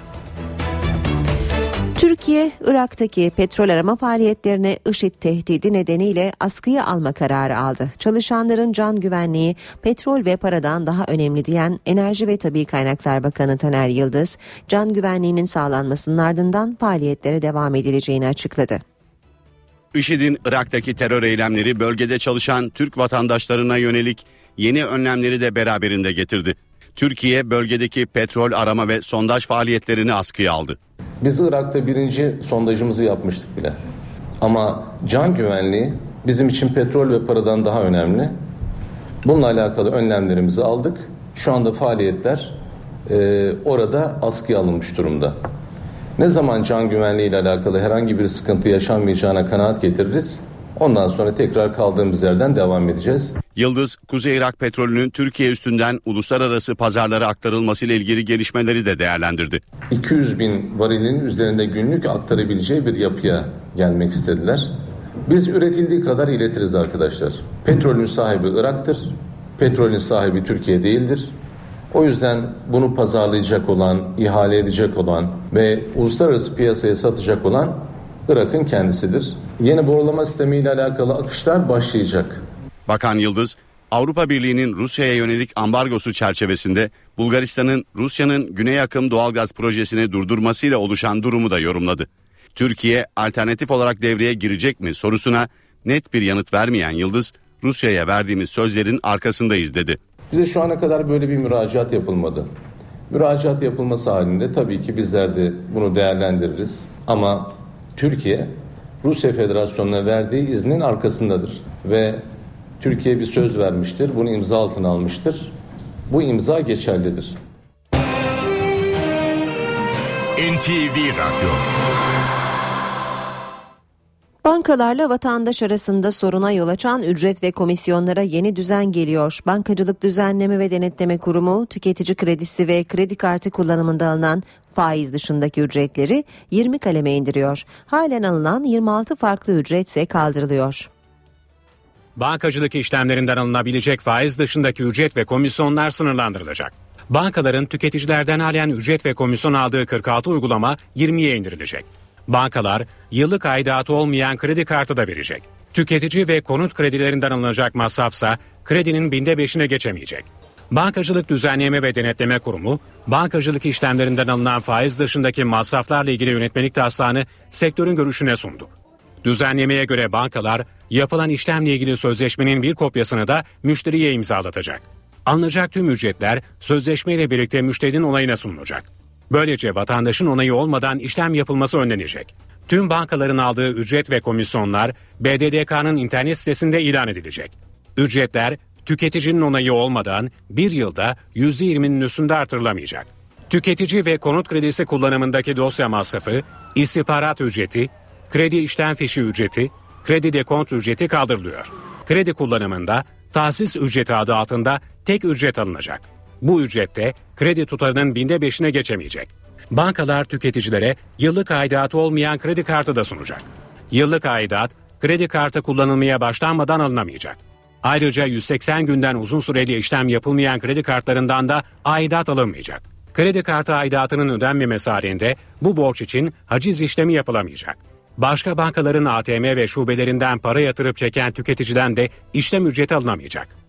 S2: Türkiye, Irak'taki petrol arama faaliyetlerine IŞİD tehdidi nedeniyle askıya alma kararı aldı. Çalışanların can güvenliği petrol ve paradan daha önemli diyen Enerji ve Tabii Kaynaklar Bakanı Taner Yıldız, can güvenliğinin sağlanmasının ardından faaliyetlere devam edileceğini açıkladı.
S12: IŞİD'in Irak'taki terör eylemleri bölgede çalışan Türk vatandaşlarına yönelik yeni önlemleri de beraberinde getirdi. Türkiye bölgedeki petrol arama ve sondaj faaliyetlerini askıya aldı.
S13: Biz Irak'ta birinci sondajımızı yapmıştık bile. Ama can güvenliği bizim için petrol ve paradan daha önemli. Bununla alakalı önlemlerimizi aldık. Şu anda faaliyetler e, orada askıya alınmış durumda. Ne zaman can güvenliği ile alakalı herhangi bir sıkıntı yaşanmayacağına kanaat getiririz. Ondan sonra tekrar kaldığımız yerden devam edeceğiz.
S12: Yıldız, Kuzey Irak petrolünün Türkiye üstünden uluslararası pazarlara aktarılmasıyla ilgili gelişmeleri de değerlendirdi.
S13: iki yüz bin varilin üzerinde günlük aktarabileceği bir yapıya gelmek istediler. Biz üretildiği kadar iletiriz arkadaşlar. Petrolün sahibi Irak'tır. Petrolün sahibi Türkiye değildir. O yüzden bunu pazarlayacak olan, ihale edecek olan ve uluslararası piyasaya satacak olan Irak'ın kendisidir. Yeni borulama sistemiyle alakalı akışlar başlayacak.
S12: Bakan Yıldız, Avrupa Birliği'nin Rusya'ya yönelik ambargosu çerçevesinde Bulgaristan'ın Rusya'nın Güney Akım doğalgaz projesini durdurmasıyla oluşan durumu da yorumladı. Türkiye alternatif olarak devreye girecek mi sorusuna net bir yanıt vermeyen Yıldız, Rusya'ya verdiğimiz sözlerin arkasındayız dedi.
S13: Bize şu ana kadar böyle bir müracaat yapılmadı. Müracaat yapılması halinde tabii ki bizler de bunu değerlendiririz. Ama Türkiye Rusya Federasyonu'na verdiği iznin arkasındadır ve Türkiye bir söz vermiştir, bunu imza altına almıştır. Bu imza geçerlidir.
S1: N T V Radyo.
S2: Bankalarla vatandaş arasında soruna yol açan ücret ve komisyonlara yeni düzen geliyor. Bankacılık Düzenleme ve Denetleme Kurumu, tüketici kredisi ve kredi kartı kullanımında alınan faiz dışındaki ücretleri yirmi kaleme indiriyor. Halen alınan yirmi altı farklı ücretse kaldırılıyor.
S15: Bankacılık işlemlerinden alınabilecek faiz dışındaki ücret ve komisyonlar sınırlandırılacak. Bankaların tüketicilerden halen ücret ve komisyon aldığı kırk altı uygulama yirmiye indirilecek. Bankalar yıllık aidatı olmayan kredi kartı da verecek. Tüketici ve konut kredilerinden alınacak masrafsa kredinin binde beşine geçemeyecek. Bankacılık Düzenleme ve Denetleme Kurumu, bankacılık işlemlerinden alınan faiz dışındaki masraflarla ilgili yönetmelik taslağını sektörün görüşüne sundu. Düzenlemeye göre bankalar yapılan işlemle ilgili sözleşmenin bir kopyasını da müşteriye imzalatacak. Alınacak tüm ücretler sözleşmeyle birlikte müşterinin onayına sunulacak. Böylece vatandaşın onayı olmadan işlem yapılması önlenecek. Tüm bankaların aldığı ücret ve komisyonlar B D D K'nın internet sitesinde ilan edilecek. Ücretler tüketicinin onayı olmadan bir yılda yüzde yirminin üstünde artırılamayacak. Tüketici ve konut kredisi kullanımındaki dosya masrafı, istihbarat ücreti, kredi işlem fişi ücreti, kredi dekont ücreti kaldırılıyor. Kredi kullanımında tahsis ücreti adı altında tek ücret alınacak. Bu ücrette kredi tutarının binde beşine geçemeyecek. Bankalar tüketicilere yıllık aidatı olmayan kredi kartı da sunacak. Yıllık aidat kredi kartı kullanılmaya başlanmadan alınamayacak. Ayrıca yüz seksen günden uzun süreli işlem yapılmayan kredi kartlarından da aidat alınmayacak. Kredi kartı aidatının ödenmemesi halinde bu borç için haciz işlemi yapılamayacak. Başka bankaların A T M ve şubelerinden para yatırıp çeken tüketiciden de işlem ücreti alınamayacak.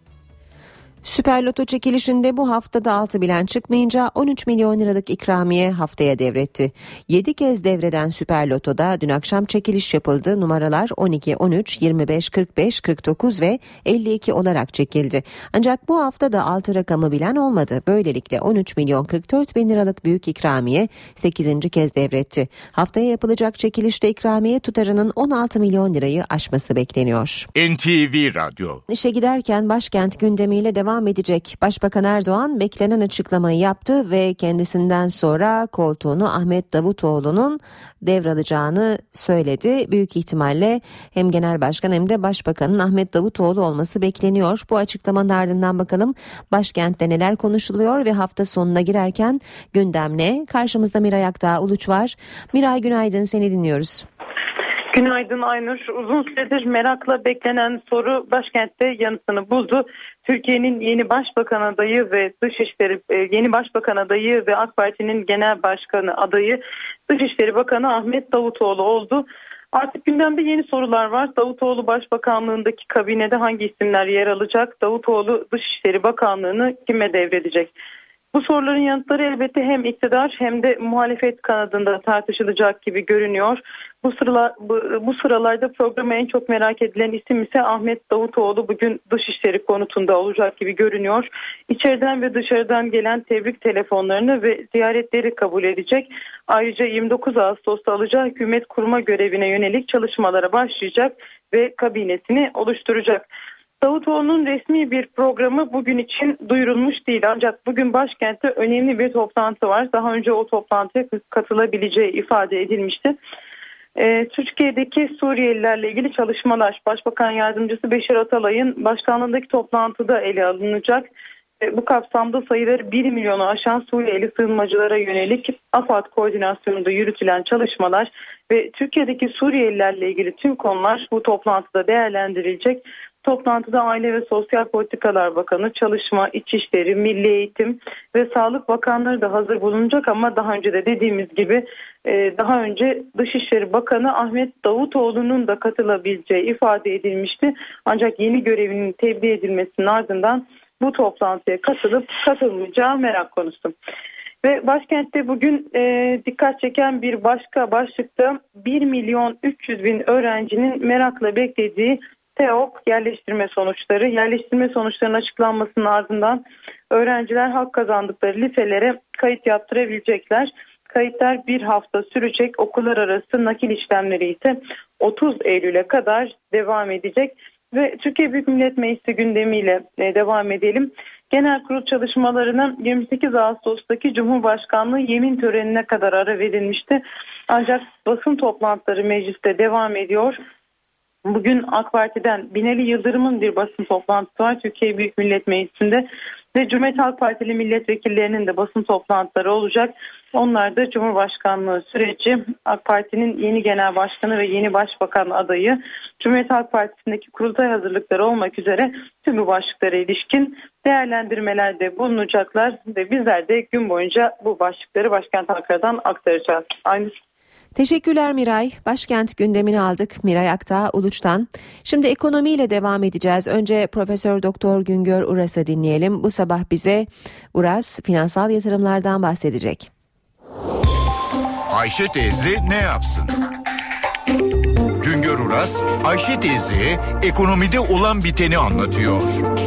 S2: Süper Loto çekilişinde bu haftada altı bilen çıkmayınca on üç milyon liralık ikramiye haftaya devretti. yedi kez devreden Süper Loto'da dün akşam çekiliş yapıldı. Numaralar on iki, on üç, yirmi beş, kırk beş, kırk dokuz ve elli iki olarak çekildi. Ancak bu hafta da altı rakamı bilen olmadı. Böylelikle on üç milyon kırk dört bin liralık büyük ikramiye sekizinci kez devretti. Haftaya yapılacak çekilişte ikramiye tutarının on altı milyon lirayı aşması bekleniyor.
S1: N T V Radyo.
S2: İşe giderken başkent gündemiyle devam edecek. Başbakan Erdoğan beklenen açıklamayı yaptı ve kendisinden sonra koltuğunu Ahmet Davutoğlu'nun devralacağını söyledi. Büyük ihtimalle hem Genel Başkan hem de Başbakanın Ahmet Davutoğlu olması bekleniyor. Bu açıklamanın ardından bakalım başkentte neler konuşuluyor ve hafta sonuna girerken gündem ne? Karşımızda Miray Aktağ Uluç var. Miray, günaydın, seni dinliyoruz.
S14: Günaydın Aynur. Uzun süredir merakla beklenen soru başkentte yanıtını buldu. Türkiye'nin yeni başbakan adayı ve Dışişleri yeni başbakan adayı ve AK Parti'nin genel başkanı adayı Dışişleri Bakanı Ahmet Davutoğlu oldu. Artık gündemde yeni sorular var. Davutoğlu Başbakanlığındaki kabinede hangi isimler yer alacak? Davutoğlu Dışişleri Bakanlığını kime devredecek? Bu soruların yanıtları elbette hem iktidar hem de muhalefet kanadında tartışılacak gibi görünüyor. Bu, sıralar, bu, bu sıralarda programa en çok merak edilen isim ise Ahmet Davutoğlu. Bugün Dışişleri konutunda olacak gibi görünüyor. İçeriden ve dışarıdan gelen tebrik telefonlarını ve ziyaretleri kabul edecek. Ayrıca yirmi dokuz Ağustos'ta alacağı hükümet kurma görevine yönelik çalışmalara başlayacak ve kabinesini oluşturacak. Davutoğlu'nun resmi bir programı bugün için duyurulmuş değil, ancak bugün başkentte önemli bir toplantı var. Daha önce o toplantıya katılabileceği ifade edilmişti. Ee, Türkiye'deki Suriyelilerle ilgili çalışmalar Başbakan Yardımcısı Beşir Atalay'ın başkanlığındaki toplantıda ele alınacak. Ee, bu kapsamda sayıları bir milyonu aşan Suriyeli sığınmacılara yönelik AFAD koordinasyonunda yürütülen çalışmalar ve Türkiye'deki Suriyelilerle ilgili tüm konular bu toplantıda değerlendirilecek. Toplantıda Aile ve Sosyal Politikalar Bakanı, Çalışma, İçişleri, Milli Eğitim ve Sağlık Bakanları da hazır bulunacak ama daha önce de dediğimiz gibi daha önce Dışişleri Bakanı Ahmet Davutoğlu'nun da katılabileceği ifade edilmişti. Ancak yeni görevinin tebliğ edilmesinin ardından bu toplantıya katılıp katılmayacağı merak konusu. Ve başkentte bugün e, dikkat çeken bir başka başlıkta bir milyon üç yüz bin öğrencinin merakla beklediği TEOK yerleştirme sonuçları. Yerleştirme sonuçlarının açıklanmasının ardından öğrenciler hak kazandıkları liselere kayıt yaptırabilecekler. Kayıtlar bir hafta sürecek. Okullar arası nakil işlemleri ise otuz Eylül'e kadar devam edecek. Ve Türkiye Büyük Millet Meclisi gündemiyle devam edelim. Genel kurul çalışmalarına yirmi sekiz Ağustos'taki Cumhurbaşkanlığı yemin törenine kadar ara verilmişti. Ancak basın toplantıları mecliste devam ediyor. Bugün AK Parti'den Binali Yıldırım'ın bir basın toplantısı var Türkiye Büyük Millet Meclisi'nde ve Cumhuriyet Halk Partili milletvekillerinin de basın toplantıları olacak. Onlar da Cumhurbaşkanlığı süreci, AK Parti'nin yeni genel başkanı ve yeni başbakan adayı, Cumhuriyet Halk Partisi'ndeki kurultay hazırlıkları olmak üzere tüm bu başlıklara ilişkin değerlendirmelerde bulunacaklar ve bizler de gün boyunca bu başlıkları başkent Ankara'dan aktaracağız. Aynı
S2: Teşekkürler Miray. Başkent gündemini aldık Miray Aktağ Uluç'tan. Şimdi ekonomiyle devam edeceğiz. Önce Profesör Doktor Güngör Uras'ı dinleyelim. Bu sabah bize Uras finansal yatırımlardan bahsedecek.
S1: Ayşe teyze ne yapsın? Güngör Uras, Ayşe teyze ekonomide olan biteni anlatıyor.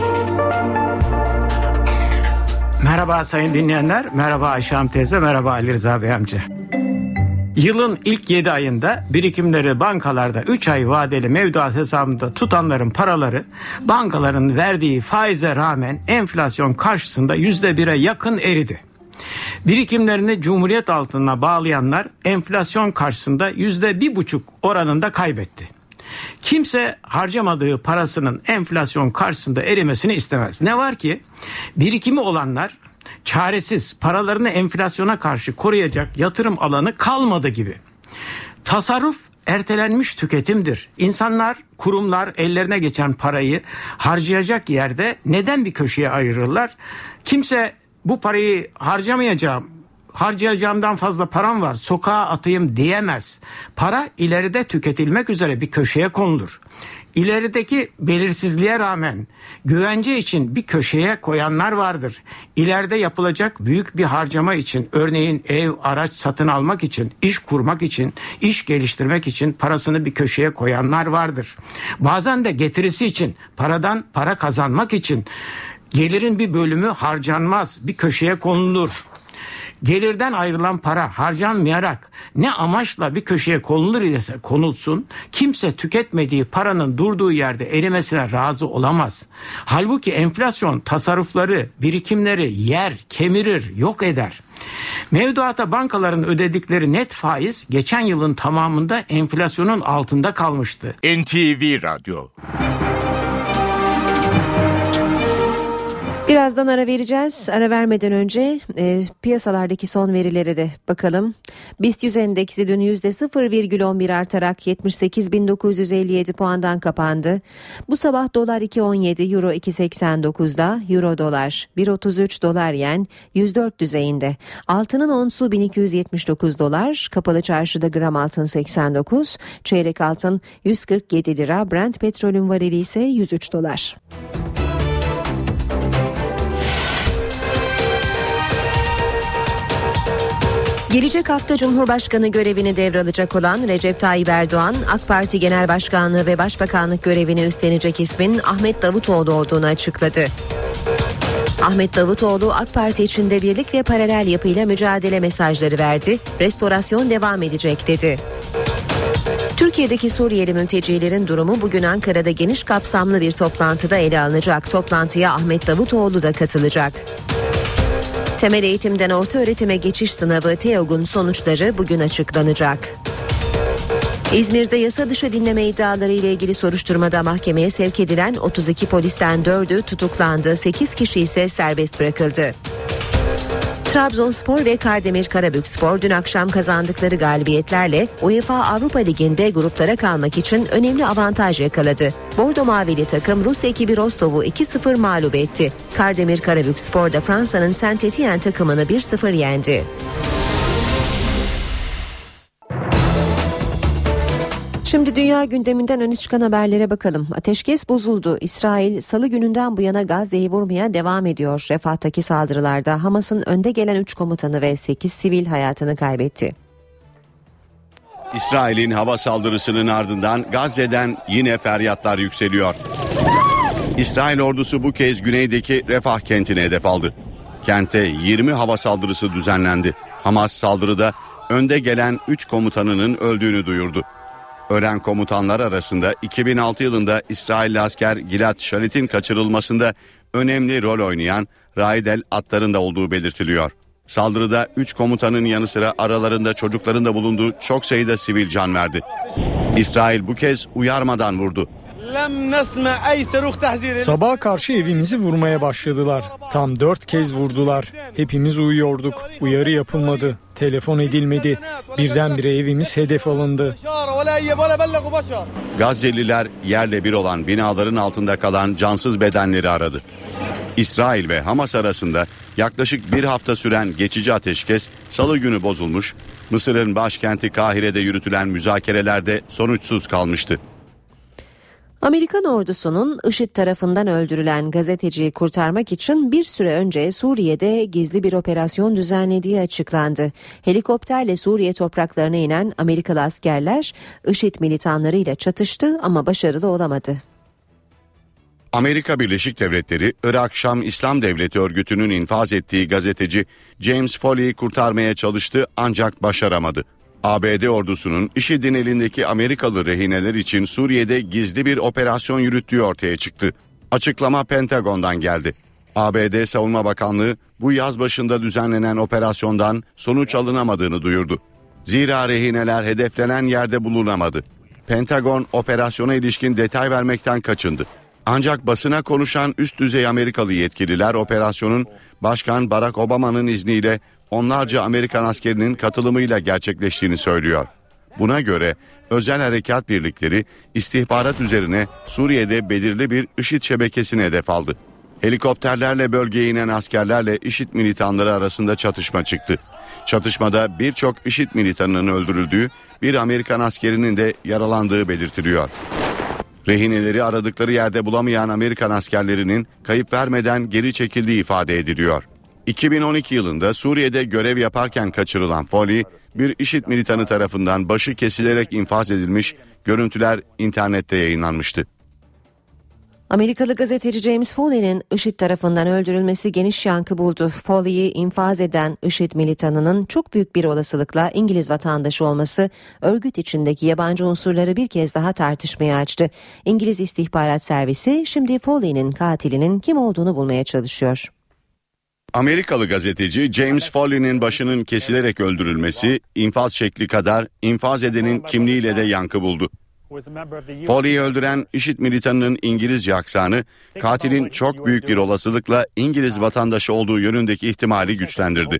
S16: Merhaba sayın dinleyenler, merhaba Ayşe Hanım teyze, merhaba Ali Rıza Bey amca. Yılın ilk yedi ayında birikimleri bankalarda üç ay vadeli mevduat hesabında tutanların paraları bankaların verdiği faize rağmen enflasyon karşısında yüzde bire yakın eridi. Birikimlerini Cumhuriyet altınına bağlayanlar enflasyon karşısında yüzde bir buçuk oranında kaybetti. Kimse harcamadığı parasının enflasyon karşısında erimesini istemez. Ne var ki birikimi olanlar çaresiz, paralarını enflasyona karşı koruyacak yatırım alanı kalmadı gibi. Tasarruf ertelenmiş tüketimdir. İnsanlar, kurumlar ellerine geçen parayı harcayacak yerde neden bir köşeye ayırırlar? Kimse bu parayı harcamayacağım, harcayacağımdan fazla param var, sokağa atayım diyemez. Para ileride tüketilmek üzere bir köşeye konulur. İlerideki belirsizliğe rağmen güvence için bir köşeye koyanlar vardır. İleride yapılacak büyük bir harcama için, örneğin ev, araç satın almak için, iş kurmak için, iş geliştirmek için parasını bir köşeye koyanlar vardır. Bazen de getirisi için, paradan para kazanmak için gelirin bir bölümü harcanmaz, bir köşeye konulur. Gelirden ayrılan para harcanmayarak ne amaçla bir köşeye konulur ise konulsun, kimse tüketmediği paranın durduğu yerde erimesine razı olamaz. Halbuki enflasyon tasarrufları, birikimleri yer, kemirir, yok eder. Mevduata bankaların ödedikleri net faiz geçen yılın tamamında enflasyonun altında kalmıştı.
S1: N T V Radyo.
S2: Birazdan ara vereceğiz. Ara vermeden önce e, piyasalardaki son verilere de bakalım. BIST yüz endeksi dün yüzde sıfır virgül on bir artarak yetmiş sekiz bin dokuz yüz elli yedi puandan kapandı. Bu sabah dolar iki virgül on yedi, euro iki virgül seksen dokuzda, euro dolar bir virgül otuz üç, dolar yen yüz dört düzeyinde. Altının onsu bin iki yüz yetmiş dokuz dolar, kapalı çarşıda gram altın seksen dokuz, çeyrek altın yüz kırk yedi lira, Brent petrolün varili ise yüz üç dolar. Gelecek hafta Cumhurbaşkanı görevini devralacak olan Recep Tayyip Erdoğan, AK Parti Genel Başkanlığı ve Başbakanlık görevini üstlenecek ismin Ahmet Davutoğlu olduğunu açıkladı. Ahmet Davutoğlu, AK Parti içinde birlik ve paralel yapıyla mücadele mesajları verdi, restorasyon devam edecek dedi. Türkiye'deki Suriyeli mültecilerin durumu bugün Ankara'da geniş kapsamlı bir toplantıda ele alınacak. Toplantıya Ahmet Davutoğlu da katılacak. Temel eğitimden orta öğretime geçiş sınavı TEOG'un sonuçları bugün açıklanacak. İzmir'de yasa dışı dinleme iddiaları ile ilgili soruşturmada mahkemeye sevk edilen otuz iki polisten dördü tutuklandı, sekiz kişi ise serbest bırakıldı. Trabzonspor ve Kardemir Karabükspor dün akşam kazandıkları galibiyetlerle UEFA Avrupa Ligi'nde gruplara kalmak için önemli avantaj yakaladı. Bordo Mavili takım Rus ekibi Rostov'u iki sıfır mağlup etti. Kardemir Karabükspor da Fransa'nın Saint-Étienne takımını bir sıfır yendi. Şimdi dünya gündeminden öne çıkan haberlere bakalım. Ateşkes bozuldu. İsrail salı gününden bu yana Gazze'yi vurmaya devam ediyor. Refah'taki saldırılarda Hamas'ın önde gelen üç komutanı ve sekiz sivil hayatını kaybetti.
S12: İsrail'in hava saldırısının ardından Gazze'den yine feryatlar yükseliyor. İsrail ordusu bu kez güneydeki Refah kentine hedef aldı. Kente yirmi hava saldırısı düzenlendi. Hamas saldırıda önde gelen üç komutanının öldüğünü duyurdu. Ölen komutanlar arasında iki bin altı yılında İsrailli asker Gilad Şalit'in kaçırılmasında önemli rol oynayan Raid el-Attar'ın da olduğu belirtiliyor. Saldırıda üç komutanın yanı sıra aralarında çocukların da bulunduğu çok sayıda sivil can verdi. İsrail bu kez uyarmadan vurdu.
S17: Sabaha karşı evimizi vurmaya başladılar. Tam dört kez vurdular. Hepimiz uyuyorduk. Uyarı yapılmadı. Telefon edilmedi. Birdenbire evimiz hedef alındı.
S12: Gazze'liler yerle bir olan binaların altında kalan cansız bedenleri aradı. İsrail ve Hamas arasında yaklaşık bir hafta süren geçici ateşkes salı günü bozulmuş, Mısır'ın başkenti Kahire'de yürütülen müzakerelerde sonuçsuz kalmıştı.
S2: Amerikan ordusunun IŞİD tarafından öldürülen gazeteciyi kurtarmak için bir süre önce Suriye'de gizli bir operasyon düzenlediği açıklandı. Helikopterle Suriye topraklarına inen Amerikalı askerler IŞİD militanlarıyla çatıştı ama başarılı olamadı.
S12: Amerika Birleşik Devletleri, Irak Şam İslam Devleti örgütünün infaz ettiği gazeteci James Foley'i kurtarmaya çalıştı ancak başaramadı. A B D ordusunun IŞİD'in elindeki Amerikalı rehineler için Suriye'de gizli bir operasyon yürüttüğü ortaya çıktı. Açıklama Pentagon'dan geldi. A B D Savunma Bakanlığı bu yaz başında düzenlenen operasyondan sonuç alınamadığını duyurdu. Zira rehineler hedeflenen yerde bulunamadı. Pentagon operasyona ilişkin detay vermekten kaçındı. Ancak basına konuşan üst düzey Amerikalı yetkililer operasyonun Başkan Barack Obama'nın izniyle onlarca Amerikan askerinin katılımıyla gerçekleştiğini söylüyor. Buna göre özel harekat birlikleri istihbarat üzerine Suriye'de belirli bir IŞİD şebekesini hedef aldı. Helikopterlerle bölgeye inen askerlerle IŞİD militanları arasında çatışma çıktı. Çatışmada birçok IŞİD militanının öldürüldüğü, bir Amerikan askerinin de yaralandığı belirtiliyor. Rehineleri aradıkları yerde bulamayan Amerikan askerlerinin kayıp vermeden geri çekildiği ifade ediliyor. iki bin on iki yılında Suriye'de görev yaparken kaçırılan Foley, bir IŞİD militanı tarafından başı kesilerek infaz edilmiş, görüntüler internette yayınlanmıştı.
S2: Amerikalı gazeteci James Foley'nin IŞİD tarafından öldürülmesi geniş yankı buldu. Foley'i infaz eden IŞİD militanının çok büyük bir olasılıkla İngiliz vatandaşı olması örgüt içindeki yabancı unsurları bir kez daha tartışmaya açtı. İngiliz istihbarat servisi şimdi Foley'nin katilinin kim olduğunu bulmaya çalışıyor.
S12: Amerikalı gazeteci James Foley'nin başının kesilerek öldürülmesi infaz şekli kadar infaz edenin kimliğiyle de yankı buldu. Foley'i öldüren IŞİD militanının İngilizce aksanı katilin çok büyük bir olasılıkla İngiliz vatandaşı olduğu yönündeki ihtimali güçlendirdi.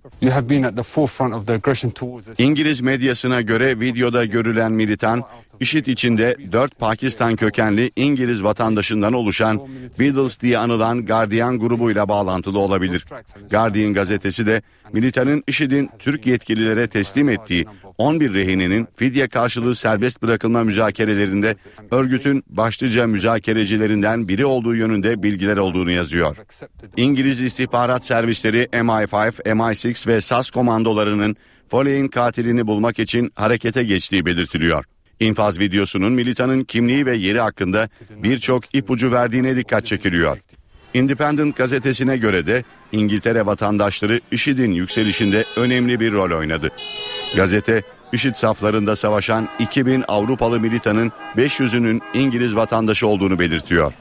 S12: İngiliz medyasına göre videoda görülen militan IŞİD içinde dört Pakistan kökenli İngiliz vatandaşından oluşan Beatles diye anılan Guardian grubuyla bağlantılı olabilir. Guardian gazetesi de militanın IŞİD'in Türk yetkililere teslim ettiği on bir rehinenin fidye karşılığı serbest bırakılma müzakerelerinde örgütün başlıca müzakerecilerinden biri olduğu yönünde bilgiler olduğunu yazıyor. İngiliz istihbarat servisleri M I beş, M I altı ve S A S komandolarının Foley'in katilini bulmak için harekete geçtiği belirtiliyor. İnfaz videosunun militanın kimliği ve yeri hakkında birçok ipucu verdiğine dikkat çekiliyor. Independent gazetesine göre de İngiltere vatandaşları IŞİD'in yükselişinde önemli bir rol oynadı. Gazete, IŞİD saflarında savaşan iki bin Avrupalı militanın beş yüzünün İngiliz vatandaşı olduğunu belirtiyor.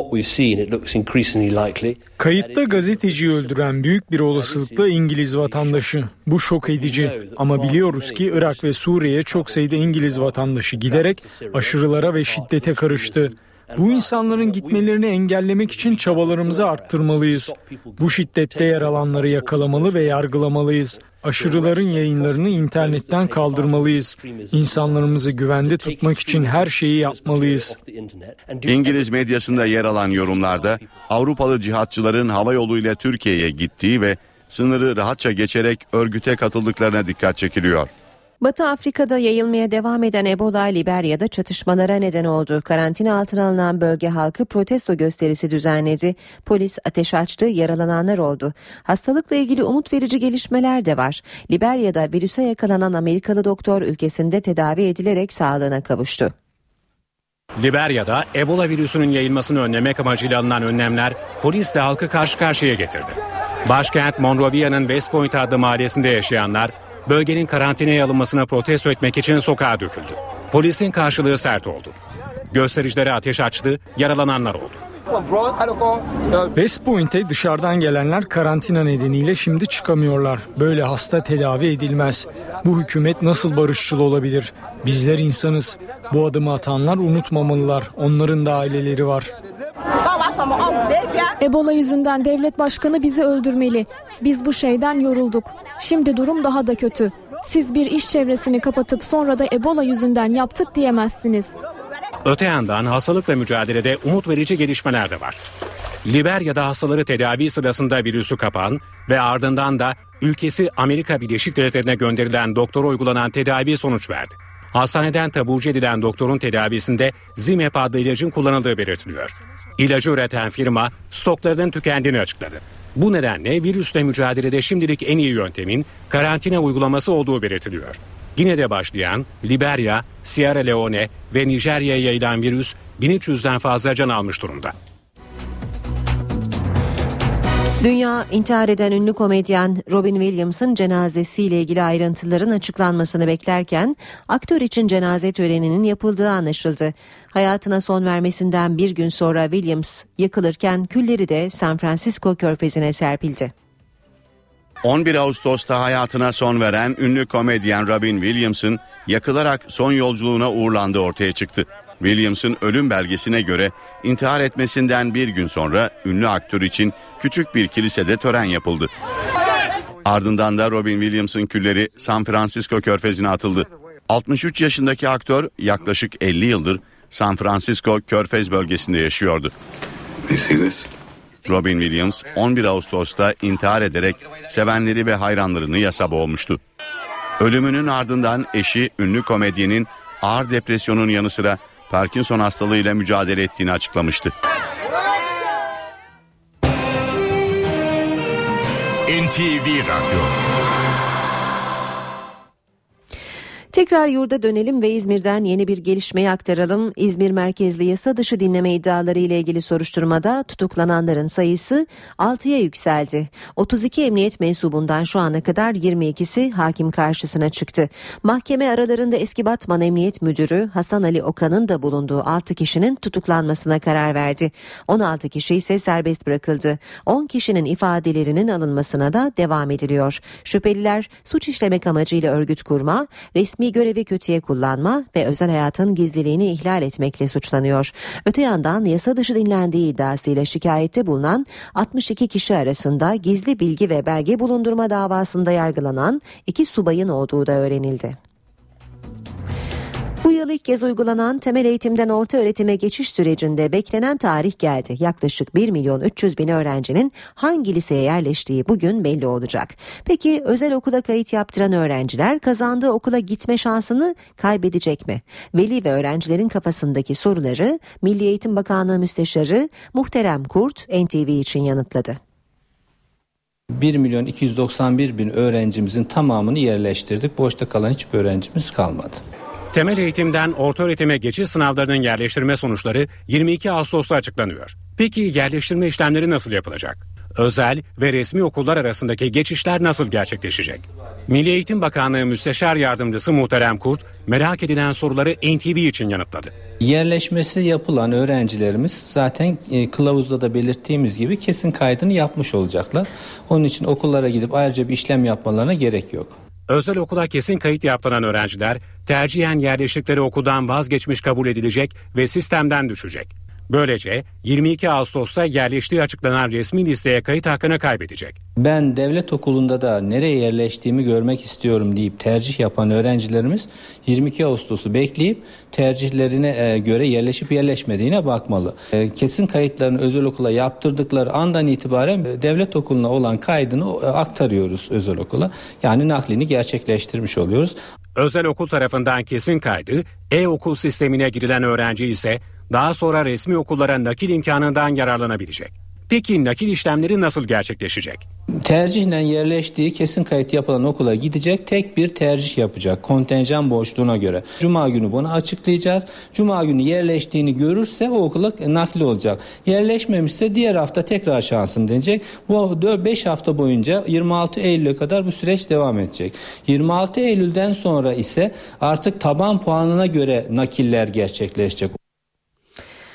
S17: Kayıtta gazeteciyi öldüren büyük bir olasılıkla İngiliz vatandaşı. Bu şok edici. Ama biliyoruz ki Irak ve Suriye'ye çok sayıda İngiliz vatandaşı giderek aşırılara ve şiddete karıştı. Bu insanların gitmelerini engellemek için çabalarımızı arttırmalıyız. Bu şiddette yer alanları yakalamalı ve yargılamalıyız. Aşırıların yayınlarını internetten kaldırmalıyız. İnsanlarımızı güvende tutmak için her şeyi yapmalıyız.
S12: İngiliz medyasında yer alan yorumlarda Avrupalı cihatçıların hava yoluyla Türkiye'ye gittiği ve sınırı rahatça geçerek örgüte katıldıklarına dikkat çekiliyor.
S2: Batı Afrika'da yayılmaya devam eden Ebola, Liberya'da çatışmalara neden oldu. Karantina altına alınan bölge halkı protesto gösterisi düzenledi. Polis ateş açtı, yaralananlar oldu. Hastalıkla ilgili umut verici gelişmeler de var. Liberya'da virüse yakalanan Amerikalı doktor ülkesinde tedavi edilerek sağlığına kavuştu.
S15: Liberya'da Ebola virüsünün yayılmasını önlemek amacıyla alınan önlemler polisle halkı karşı karşıya getirdi. Başkent Monrovia'nın West Point adlı mahallesinde yaşayanlar bölgenin karantinaya alınmasına protesto etmek için sokağa döküldü. Polisin karşılığı sert oldu. Göstericilere ateş açtı, yaralananlar oldu.
S17: West Point'e dışarıdan gelenler karantina nedeniyle şimdi çıkamıyorlar. Böyle hasta tedavi edilmez. Bu hükümet nasıl barışçıl olabilir? Bizler insanız. Bu adımı atanlar unutmamalılar. Onların da aileleri var.
S18: Ebola yüzünden devlet başkanı bizi öldürmeli. Biz bu şeyden yorulduk. Şimdi durum daha da kötü. Siz bir iş çevresini kapatıp sonra da Ebola yüzünden yaptık diyemezsiniz.
S15: Öte yandan hastalıkla mücadelede umut verici gelişmeler de var. Liberya'da hastaları tedavi sırasında virüsü kapan ve ardından da ülkesi Amerika Birleşik Devletleri'ne gönderilen doktora uygulanan tedavi sonuç verdi. Hastaneden taburcu edilen doktorun tedavisinde Zimep adlı ilacın kullanıldığı belirtiliyor. İlacı üreten firma stoklarının tükendiğini açıkladı. Bu nedenle virüsle mücadelede şimdilik en iyi yöntemin karantina uygulaması olduğu belirtiliyor. Gine'de başlayan Liberya, Sierra Leone ve Nijerya'ya yayılan virüs bin üç yüzden fazla can almış durumda.
S2: Dünya intihar eden ünlü komedyen Robin Williams'ın cenazesiyle ilgili ayrıntıların açıklanmasını beklerken aktör için cenaze töreninin yapıldığı anlaşıldı. Hayatına son vermesinden bir gün sonra Williams yakılırken külleri de San Francisco Körfezi'ne serpildi.
S12: on bir Ağustos'ta hayatına son veren ünlü komedyen Robin Williams'ın yakılarak son yolculuğuna uğurlandığı ortaya çıktı. Williams'ın ölüm belgesine göre intihar etmesinden bir gün sonra ünlü aktör için küçük bir kilisede tören yapıldı. Ardından da Robin Williams'ın külleri San Francisco Körfezi'ne atıldı. altmış üç yaşındaki aktör yaklaşık elli yıldır San Francisco Körfez bölgesinde yaşıyordu. Robin Williams on bir Ağustos'ta intihar ederek sevenleri ve hayranlarını yasa boğmuştu. Ölümünün ardından eşi ünlü komedyenin ağır depresyonun yanı sıra Parkinson hastalığıyla mücadele ettiğini açıklamıştı.
S1: N T V Radyo.
S2: Tekrar yurda dönelim ve İzmir'den yeni bir gelişmeyi aktaralım. İzmir merkezli yasa dışı dinleme iddiaları ile ilgili soruşturmada tutuklananların sayısı altıya yükseldi. otuz iki emniyet mensubundan şu ana kadar yirmi ikisi hakim karşısına çıktı. Mahkeme aralarında eski Batman Emniyet Müdürü Hasan Ali Okan'ın da bulunduğu altı kişinin tutuklanmasına karar verdi. on altı kişi ise serbest bırakıldı. on kişinin ifadelerinin alınmasına da devam ediliyor. Şüpheliler suç işlemek amacıyla örgüt kurma, resmi görevi kötüye kullanma ve özel hayatın gizliliğini ihlal etmekle suçlanıyor. Öte yandan yasa dışı dinlendiği iddiasıyla şikayette bulunan altmış iki kişi arasında gizli bilgi ve belge bulundurma davasında yargılanan iki subayın olduğu da öğrenildi. Bu yıl ilk kez uygulanan temel eğitimden orta öğretime geçiş sürecinde beklenen tarih geldi. Yaklaşık bir milyon üç yüz bin öğrencinin hangi liseye yerleştiği bugün belli olacak. Peki özel okula kayıt yaptıran öğrenciler kazandığı okula gitme şansını kaybedecek mi? Veli ve öğrencilerin kafasındaki soruları Milli Eğitim Bakanlığı Müsteşarı Muhterem Kurt N T V için yanıtladı.
S19: bir milyon iki yüz doksan bir bin öğrencimizin tamamını yerleştirdik. Boşta kalan hiçbir öğrencimiz kalmadı.
S15: Temel eğitimden orta öğretime geçiş sınavlarının yerleştirme sonuçları yirmi iki Ağustos'ta açıklanıyor. Peki yerleştirme işlemleri nasıl yapılacak? Özel ve resmi okullar arasındaki geçişler nasıl gerçekleşecek? Milli Eğitim Bakanlığı Müsteşar Yardımcısı Muhterem Kurt merak edilen soruları N T V için yanıtladı.
S19: Yerleşmesi yapılan öğrencilerimiz zaten e, kılavuzda da belirttiğimiz gibi kesin kaydını yapmış olacaklar. Onun için okullara gidip ayrıca bir işlem yapmalarına gerek yok.
S15: Özel okula kesin kayıt yaptıran öğrenciler tercihen yerleştikleri okuldan vazgeçmiş kabul edilecek ve sistemden düşecek. Böylece yirmi iki Ağustos'ta yerleştiği açıklanan resmi listeye kayıt hakkını kaybedecek.
S19: Ben devlet okulunda da nereye yerleştiğimi görmek istiyorum deyip tercih yapan öğrencilerimiz yirmi iki Ağustos'u bekleyip tercihlerine göre yerleşip yerleşmediğine bakmalı. Kesin kayıtlarını özel okula yaptırdıkları andan itibaren devlet okuluna olan kaydını aktarıyoruz özel okula. Yani naklini gerçekleştirmiş oluyoruz.
S15: Özel okul tarafından kesin kaydı, e-okul sistemine girilen öğrenci ise daha sonra resmi okullara nakil imkanından yararlanabilecek. Peki nakil işlemleri nasıl gerçekleşecek?
S19: Tercihle yerleştiği kesin kayıt yapılan okula gidecek, tek bir tercih yapacak kontenjan boşluğuna göre. Cuma günü bunu açıklayacağız. Cuma günü yerleştiğini görürse o okula nakli olacak. Yerleşmemişse diğer hafta tekrar şansım denecek. Bu dört beş hafta boyunca yirmi altı Eylül'e kadar bu süreç devam edecek. yirmi altı Eylül'den sonra ise artık taban puanına göre nakiller gerçekleşecek.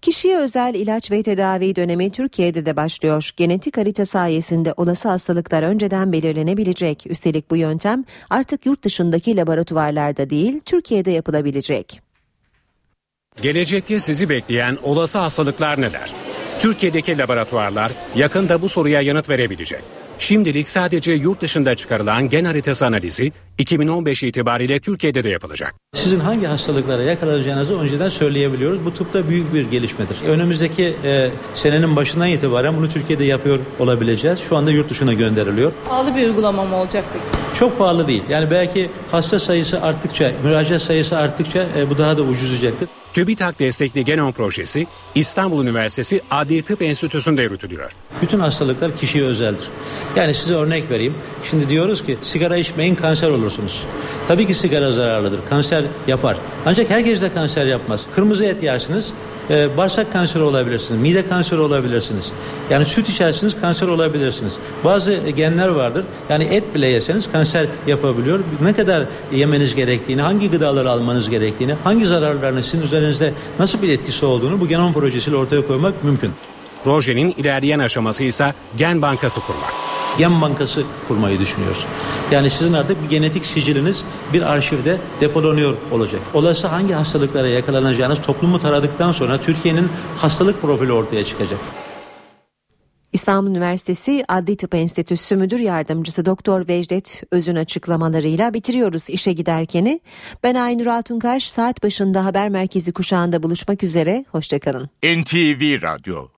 S2: Kişiye özel ilaç ve tedavi dönemi Türkiye'de de başlıyor. Genetik harita sayesinde olası hastalıklar önceden belirlenebilecek. Üstelik bu yöntem artık yurt dışındaki laboratuvarlarda değil, Türkiye'de yapılabilecek.
S15: Gelecekte sizi bekleyen olası hastalıklar neler? Türkiye'deki laboratuvarlar yakında bu soruya yanıt verebilecek. Şimdilik sadece yurt dışında çıkarılan gen haritası analizi iki bin on beş itibariyle Türkiye'de de yapılacak.
S20: Sizin hangi hastalıklara yakalanacağınızı önceden söyleyebiliyoruz. Bu tıpta büyük bir gelişmedir. Önümüzdeki e, senenin başından itibaren bunu Türkiye'de yapıyor olabileceğiz. Şu anda yurt dışına gönderiliyor.
S21: Pahalı bir uygulama mı olacak peki?
S20: Çok pahalı değil. Yani belki hasta sayısı arttıkça, müracaat sayısı arttıkça e, bu daha da ucuzlayacaktır.
S15: TÜBİTAK destekli Genom projesi İstanbul Üniversitesi Adli Tıp Enstitüsü'nde yürütülüyor.
S20: Bütün hastalıklar kişiye özeldir. Yani size örnek vereyim. Şimdi diyoruz ki sigara içmeyin, kanser olursunuz. Tabii ki sigara zararlıdır. Kanser yapar. Ancak herkes de kanser yapmaz. Kırmızı et yersiniz, e, bağırsak kanseri olabilirsiniz, mide kanseri olabilirsiniz. Yani süt içersiniz, kanser olabilirsiniz. Bazı genler vardır. Yani et bile yeseniz kanser yapabiliyor. Ne kadar yemeniz gerektiğini, hangi gıdaları almanız gerektiğini, hangi zararlarını sizin üzerinizde nasıl bir etkisi olduğunu bu genom projesiyle ortaya koymak mümkün.
S15: Projenin ilerleyen aşaması ise gen bankası kurmak.
S20: Gen bankası kurmayı düşünüyoruz. Yani sizin artık bir genetik siciliniz bir arşivde depolanıyor olacak. Olası hangi hastalıklara yakalanacağınız toplumu taradıktan sonra Türkiye'nin hastalık profili ortaya çıkacak.
S2: İstanbul Üniversitesi Adli Tıp Enstitüsü Müdür Yardımcısı Doktor Vecdet Öz'ün açıklamalarıyla bitiriyoruz işe giderkeni. Ben Aynur Altunkaş, saat başında haber merkezi kuşağında buluşmak üzere. Hoşçakalın.
S1: N T V Radyo